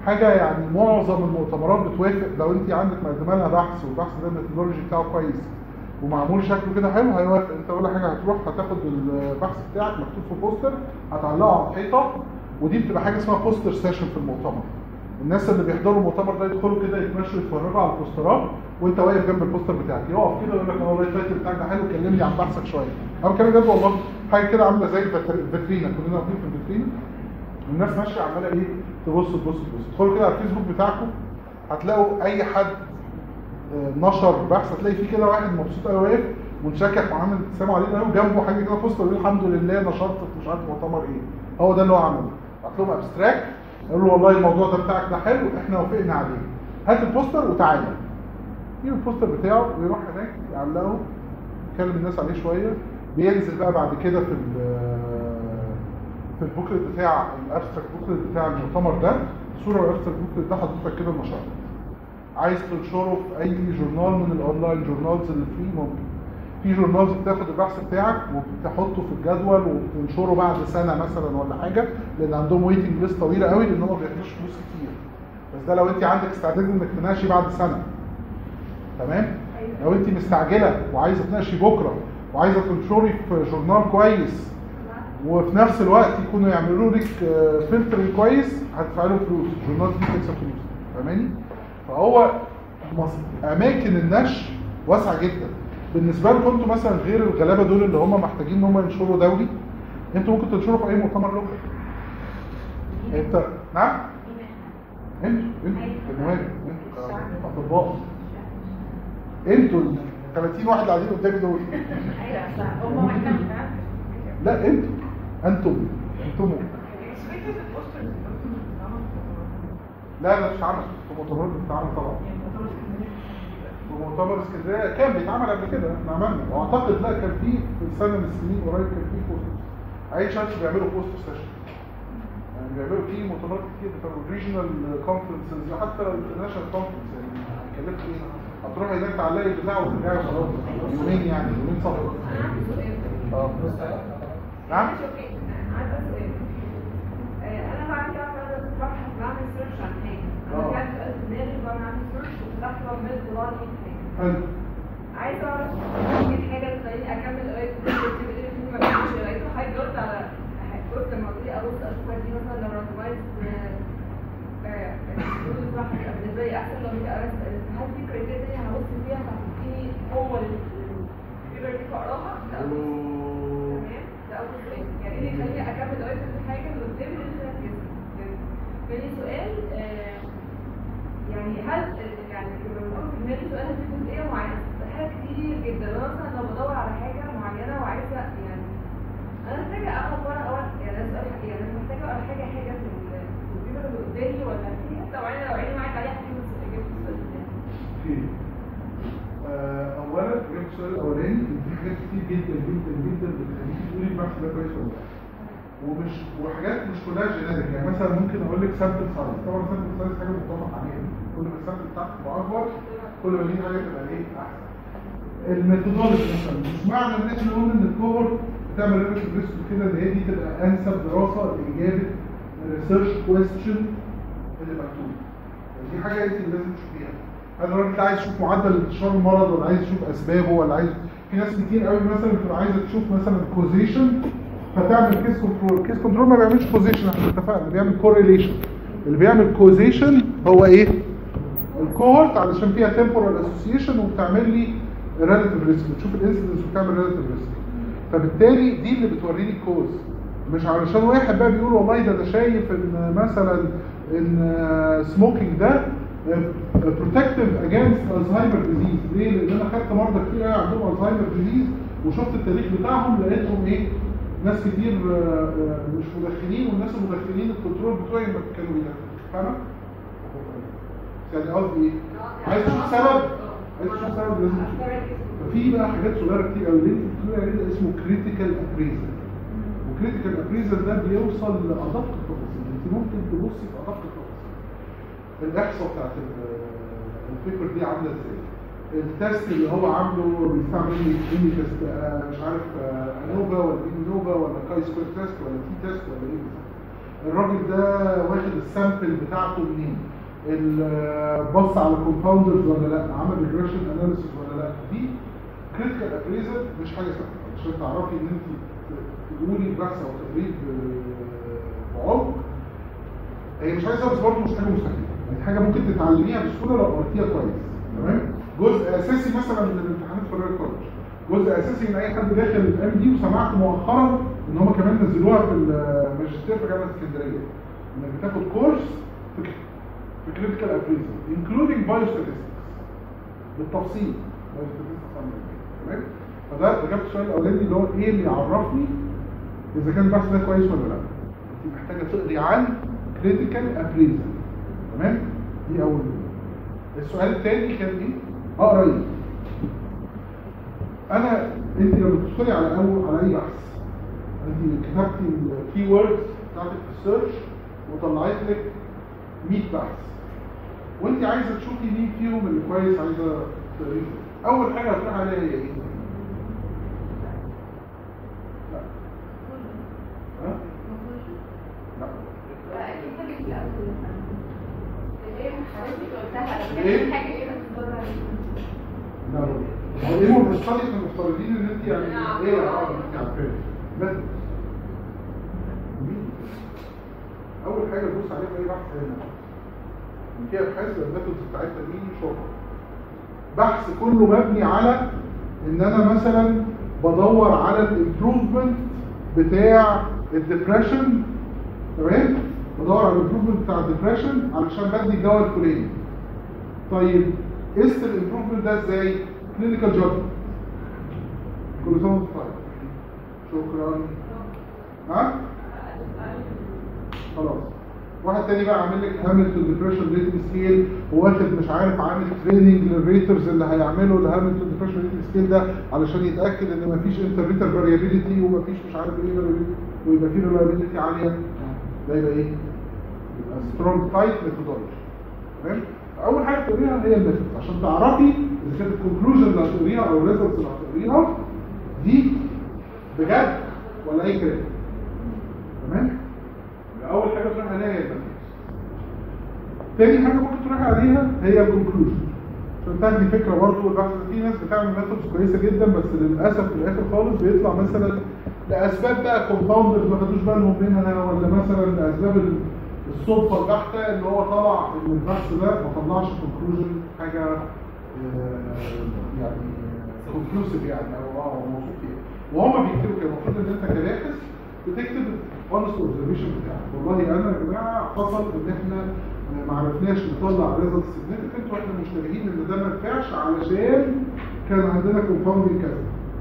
حاجه يعني معظم المؤتمرات بتوافق. لو انت عندك مقدمه لها بحث والبحث ده الميثودولوجي بتاعه كويس ومعمول شكله كده حلو هيوافق. انت اول حاجه هتروح هتاخد البحث بتاعك مكتوب في بوستر هتعلقه على الحيطه، ودي بتبقى حاجه اسمها بوستر سيشن في المؤتمر. الناس اللي بيحضروا المؤتمر ده يدخلوا كده يتمشوا يتفرجوا على البوسترات وانت واقف جنب البوستر بتاعك، يقف كده يقول لك والله التايتل بتاعك ده حلو كلمني عن بحثك شويه. انا بتكلم بجد والله، حاجه كده عامله زي الفيترينا، كلنا واقفين في الفيترينا والناس ماشيه عماله ايه تبص تبص تبص. ادخلوا كده على الفيسبوك بتاعكم هتلاقوا اي حد نشر بحث هتلاقي فيه كده واحد مبسوط قوي واقف منشكح وعامل ابتسامه عليه قوي وجنبه حاجه كده بوستر يقول الحمد لله نشرت مش عارف مؤتمر ايه. هو ده اللي هو عمله. بعت لهم ابستراكت قال له والله الموضوع ده بتاعك ده حلو احنا وافقنا عليه، هات البوستر وتعالى. يجيب البوستر بتاعه ويروح هناك يعلقه يكلم الناس عليه شويه، بينزل بقى بعد كده في البوكلت بتاع الابستراكت بوكلت بتاع المؤتمر ده صوره الابستراكت بوكلت ده حضرتك كده النشاط. عايز تنشره في اي جورنال من الاونلاين جورنالز اللي فيه ممكن. في جورنالز بتاخد البحث بتاعك وبتحطه في الجدول وبتنشره بعد سنه مثلا ولا حاجه، لان عندهم ويتنج ليست طويله قوي لان هم ما بياخدوش فلوس كتير. بس ده لو انت عندك استعداد انك تناقشي بعد سنه. تمام؟ لو انت مستعجله وعايزه تناقشي بكره وعايزه تنشري في جورنال كويس وفي نفس الوقت يكونوا يعملوا لك فلتر كويس هتدفع لهم فلوس، الجورنال دي بتكسب فلوس. فاهماني؟ فهو اماكن النشر واسعه جدا. بالنسبه لكم انتوا مثلا غير الغلابه دول اللي هم محتاجين ان هم ينشروا دولي، انتوا ممكن تنشروا في اي مؤتمر لوكال. انت نعم؟ انتوا المهم انتوا اطباء، انتوا ال 30 واحد اللي قاعدين قدامي دول. هم واحنا لا انتم لا ده مش عمل في مؤتمرات بتتعمل طبعا. في مؤتمر اسكندريه كان بيتعمل قبل كده احنا عملنا، واعتقد لا كان في سنه من السنين قريب كان في بوستر. اي شخص بيعملوا بوستر سيشن، يعني بيعملوا فيه مؤتمرات كتير بتاعوا ريجنال كونفرنسز حتى الانترناشونال كونفرنس. يعني كلمت ايه هتروح هناك تعلقي البتاع وترجعي خلاص يومين، يعني يومين سفر. نعم؟ انا بعد كده ببحث بعمل سيرش عن حاجه، انا كان سؤال في دماغي بعمل سيرش وفتحت باب دولار حلو. عايزه اعرف ايه الحاجه اللي تخليني اكمل قرايه ما كنتش قريته. حاجه جاوبت على قلت لما قلت لي ارد اشوفها دي مثلا لو رانكمايز بالنسبه لي احسن لو انت قريت هل في كريتيريا تانيه هبص فيها هتديني قوه الفيبر دي اقراها؟ تمام ده اول سؤال. يعني ايه اللي يخليني اكمل قرايه الحاجه اللي قدامي اللي انا كده. تاني سؤال يعني هل يعني لما بنقول في دماغي سؤال في جزئيه معينه حاجه كتير جدا. انا مثلا لو بدور على حاجه معينه وعايزه يعني انا محتاجه اقرا ورقه ورقه، يعني انا سؤال يعني انا محتاجه اقرا حاجه في الفيبر اللي قدامي ولا في حته معينه لو عيني معاك عليها هتجيب السؤال ده. اولا جبت السؤال الاولاني في حاجات كتير جدا جدا جدا بتخليكي تقولي البحث ده كويس ولا لا، وحاجات مش كلها جينيريك. يعني مثلا ممكن اقول لك سامبل سايز، طبعا سامبل سايز حاجه متفق عليها، كل ما السامبل بتاعتك تبقى اكبر كل ما دي حاجه تبقى ايه احسن. الميثودولوجي مثلا مش معنى ان احنا نقول ان الكوهورت بتعمل ريليشن ريسك كده ان هي دي تبقى انسب دراسه لاجابه الريسيرش كويستشن اللي مكتوب. دي حاجه انت لازم تشوفيها. هل الراجل ده عايز يشوف معدل انتشار المرض ولا عايز يشوف اسبابه ولا عايز، في ناس كتير قوي مثلا بتبقى عايزه تشوف مثلا كوزيشن فتعمل كيس كنترول. كيس كنترول ما بيعملش كوزيشن، احنا اتفقنا بيعمل كوريليشن. اللي بيعمل كوزيشن هو ايه؟ الكوهورت، علشان فيها تمبورال اسوسيشن وبتعمل لي ريلاتيف ريسك، بتشوف الانسيدنس وبتعمل ريلاتيف ريسك. فبالتالي دي اللي بتوريني الكوز، مش علشان واحد بقى بيقول والله ده شايف ان مثلا ان سموكينج ده بروتكتيف اجينست الزهايمر ديزيز. ليه؟ لان انا خدت مرضى كتير قوي عندهم الزهايمر ديزيز وشفت التاريخ بتاعهم لقيتهم ايه؟ ناس كتير مش مدخنين، والناس المدخنين الكنترول بتوعي ما كانوا بيدخنوا. فاهمه؟ يعني قصدي ايه؟ عايز تشوف سبب؟ عايز تشوف سبب لازم تشوف. ففي بقى حاجات صغيره كتير قوي اللي انت بتقولي عليه ده اسمه كريتيكال ابريزل. وكريتيكال ابريزل ده بيوصل لادق التفاصيل، انت ممكن تبصي في ادق التفاصيل. الاحصاء بتاعت البيبر دي عامله ازاي؟ التست اللي هو عامله بيستعمل ايه تست مش عارف انوفا ولا انوفا ولا كاي سكوير تيست ولا تي تيست ولا ايه. الراجل ده واخد السامبل بتاعته منين، بص على كومباوندرز ولا لا، عمل ريجريشن اناليسيس ولا لا. دي كريتيكال ابريزل مش حاجه سهله عشان تعرفي ان انت تقولي بحث او تدريب بعمق. هي مش عايزه بس برضه مش حاجه مستحيله، يعني حاجه ممكن تتعلميها بسهوله لو قريتيها كويس. تمام. جزء اساسي مثلا من الامتحانات في الريال كولج، جزء اساسي من اي حد داخل الام دي، وسمعت مؤخرا ان هم كمان نزلوها في الماجستير في جامعه اسكندريه، انك بتاخد كورس في كريتيكال ابريزل انكلودينج بايوستاتستكس بالتفصيل. تمام. فده اجابه السؤال الاولاني اللي هو ايه اللي يعرفني اذا كان البحث ده كويس ولا لا. انت محتاجه تقري عن كريتيكال ابريزل. تمام. دي اول نقطه. السؤال الثاني كان ايه؟ اقرا ايه؟ انت لما بتدخلي على اي بحث، انت كتبتي الكي ووردز بتاعتك في السيرش وطلعت لك 100 بحث، وانت عايزه تشوفي مين فيهم اللي كويس عايزه تقريه. اول حاجه هتروح عليها هي ايه؟ لا. ها؟ لا. لا. هو ايه مفترض احنا مفترضين ان انت يعني ايه انت عارفاه. بس اول حاجه تبص عليها في اي بحث هنا فيها ابحاث الميثودز بتاعتها مين شاطر. بحث كله مبني على ان انا مثلا بدور على الامبروفمنت بتاع الديبريشن. تمام. بدور على الامبروفمنت بتاع الديبريشن علشان بدي الدواء الفلاني. طيب قست الامبروفمنت ده ازاي؟ كلينيكال جادجمنت. كل سنه وانت طيب. شكرا. ها؟ خلاص. واحد تاني بقى عامل لك هاملتون ديبريشن ريتنج سكيل، وواخد مش عارف عامل تريننج للريترز اللي هيعملوا الهاملتون ديبريشن ريتنج سكيل ده علشان يتاكد ان مفيش انترفيتر فاريابيليتي ومفيش مش عارف ايه ويبقى فيه ريلايبيليتي عاليه. ده يبقى ايه؟ يبقى سترونج تايت ميثودولوجي. تمام؟ اول حاجه تقريها هي الميثود عشان تعرفي اذا كانت الكونكلوجن اللي هتقريها او الريزلتس اللي هتقريها دي بجد ولا اي كلام. تمام؟ اول حاجه تروح عليها هي الميثود. تاني حاجه ممكن تروح عليها هي الكونكلوجن عشان تاخدي فكره برضه. البحث في ناس بتعمل ميثودز كويسه جدا بس للاسف في الاخر خالص بيطلع مثلا لاسباب بقى كومباوندرز ما خدوش بالهم منها، ولا مثلا لاسباب الصدفه البحته اللي هو طلع ان البحث ده ما طلعش كونكلوجن حاجه يعني كونكلوسيف يعني او موثوق فيها. وهم بيكتبوا كده. المفروض ان انت كباحث بتكتب اونست اوبزرفيشن بتاعك. والله انا يا جماعه حصل ان احنا ما عرفناش نطلع ريزلتس سيجنيفيكانت واحنا مشتبهين ان ده ما نفعش علشان كان عندنا كومباوندنج كذا.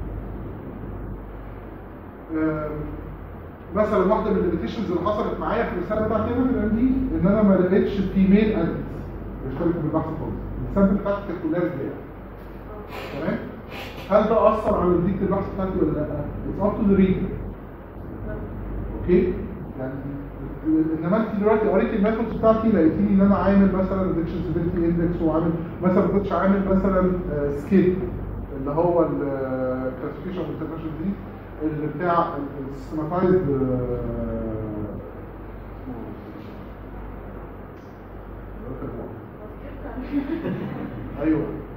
مثلا واحده من الليميتيشنز اللي حصلت معايا في الرساله بتاعتي هنا في الام دي ان انا ما لقيتش فيميل ادمنز بيشتركوا في البحث خالص. السامبل بتاعتي كانت كلها رجاله. تمام؟ هل ده اثر على نتيجه البحث بتاعتي ولا لا؟ اتس اب تو ذا ريدر. اوكي؟ يعني انما انت دلوقتي قريتي الميثودز بتاعتي لقيتيني ان انا عامل مثلا ديكشنسبيلتي اندكس وعامل مثلا ما كنتش عامل مثلا سكيل اللي هو الكلاسيفيكيشن والانتربريشن دي اللي بتاع السيستماتايزد ايوه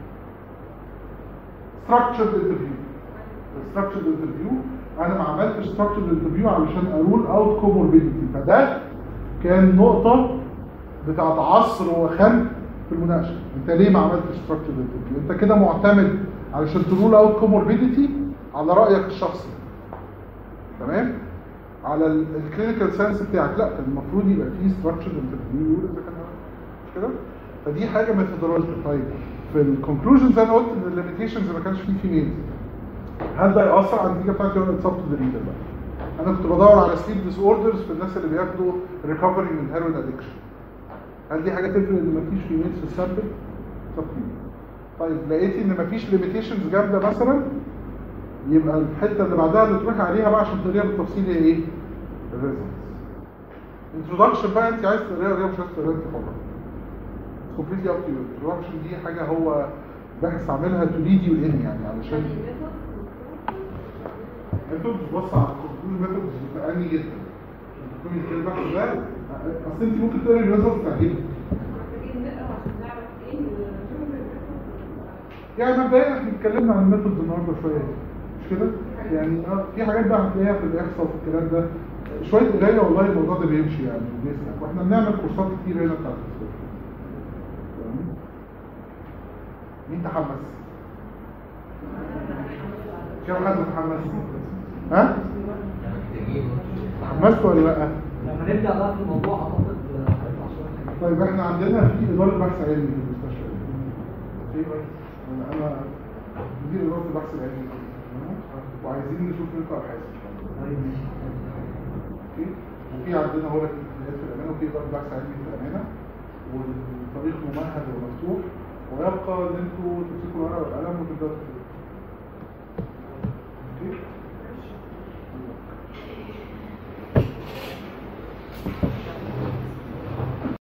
structured interview. انا ما عملتش structured interview علشان اقول اوت comorbidity. فده كان نقطه بتاعت عصر وخنق في المناقشه. انت ليه ما عملتش structured interview؟ انت كده معتمد علشان تقول اوت comorbidity على رايك الشخصي. تمام؟ على الكلينيكال ساينس بتاعك. لا، المفروض يبقى فيه structured interview يقول اذا كان مش كده. فدي حاجه ميثودولوجيه. طيب في الكونكلوجنز انا قلت ان الليميتيشنز ما كانش فيه فيميل. هل ده يأثر على النتيجه بتاعتي ولا اتصبت بالريدر بقى؟ انا كنت بدور على سليب ديس اوردرز في الناس اللي بياخدوا ريكفري من هيروين ادكشن. هل دي حاجه تفرق ان مفيش فيميل في السامبل؟ طيب لقيتي ان مفيش ليميتيشنز جامده مثلا، يبقى الحته اللي بعدها اللي تروحي عليها بقى عشان تقريها بالتفصيل هي ايه؟ الريزلتس. انتروداكشن بقى انت عايز تقريها ولا مش عايز تقريها انت حره. كومبليتلي اب تو يو. الانترودكشن دي حاجه هو باحث عاملها تو ليد يو ان يعني علشان ميثودز. بص على الكونكلوجن ميثودز بتقلني جدا. تكون البحث ده اصل انت ممكن تقري الريزلت تعجبك. محتاجين نقرا عشان نعرف ايه يعني مبدئيا احنا اتكلمنا عن الميثودز النهارده شويه مش كده؟ يعني في حاجات بقى هتلاقيها في الاحصاء وفي الكلام ده شويه قرايه والله الموضوع ده بيمشي يعني وبيسلك واحنا بنعمل كورسات كتير هنا بتاعت التصوير. مين تحمس؟ كم حد متحمس؟ ها؟ تحمست ولا لا؟ لما نبدا بقى في الموضوع اعتقد هيطلع شويه. طيب احنا عندنا في اداره بحث علمي في المستشفى. انا مدير اداره البحث العلمي وعايزين نشوف منكم ابحاث. اوكي؟ وفي عندنا هو الامتحانات في الامانه وفي اداره بحث علمي في الامانه والطريق ممهد ومفتوح ويبقى ان انتوا تمسكوا الورقه والقلم وتبداوا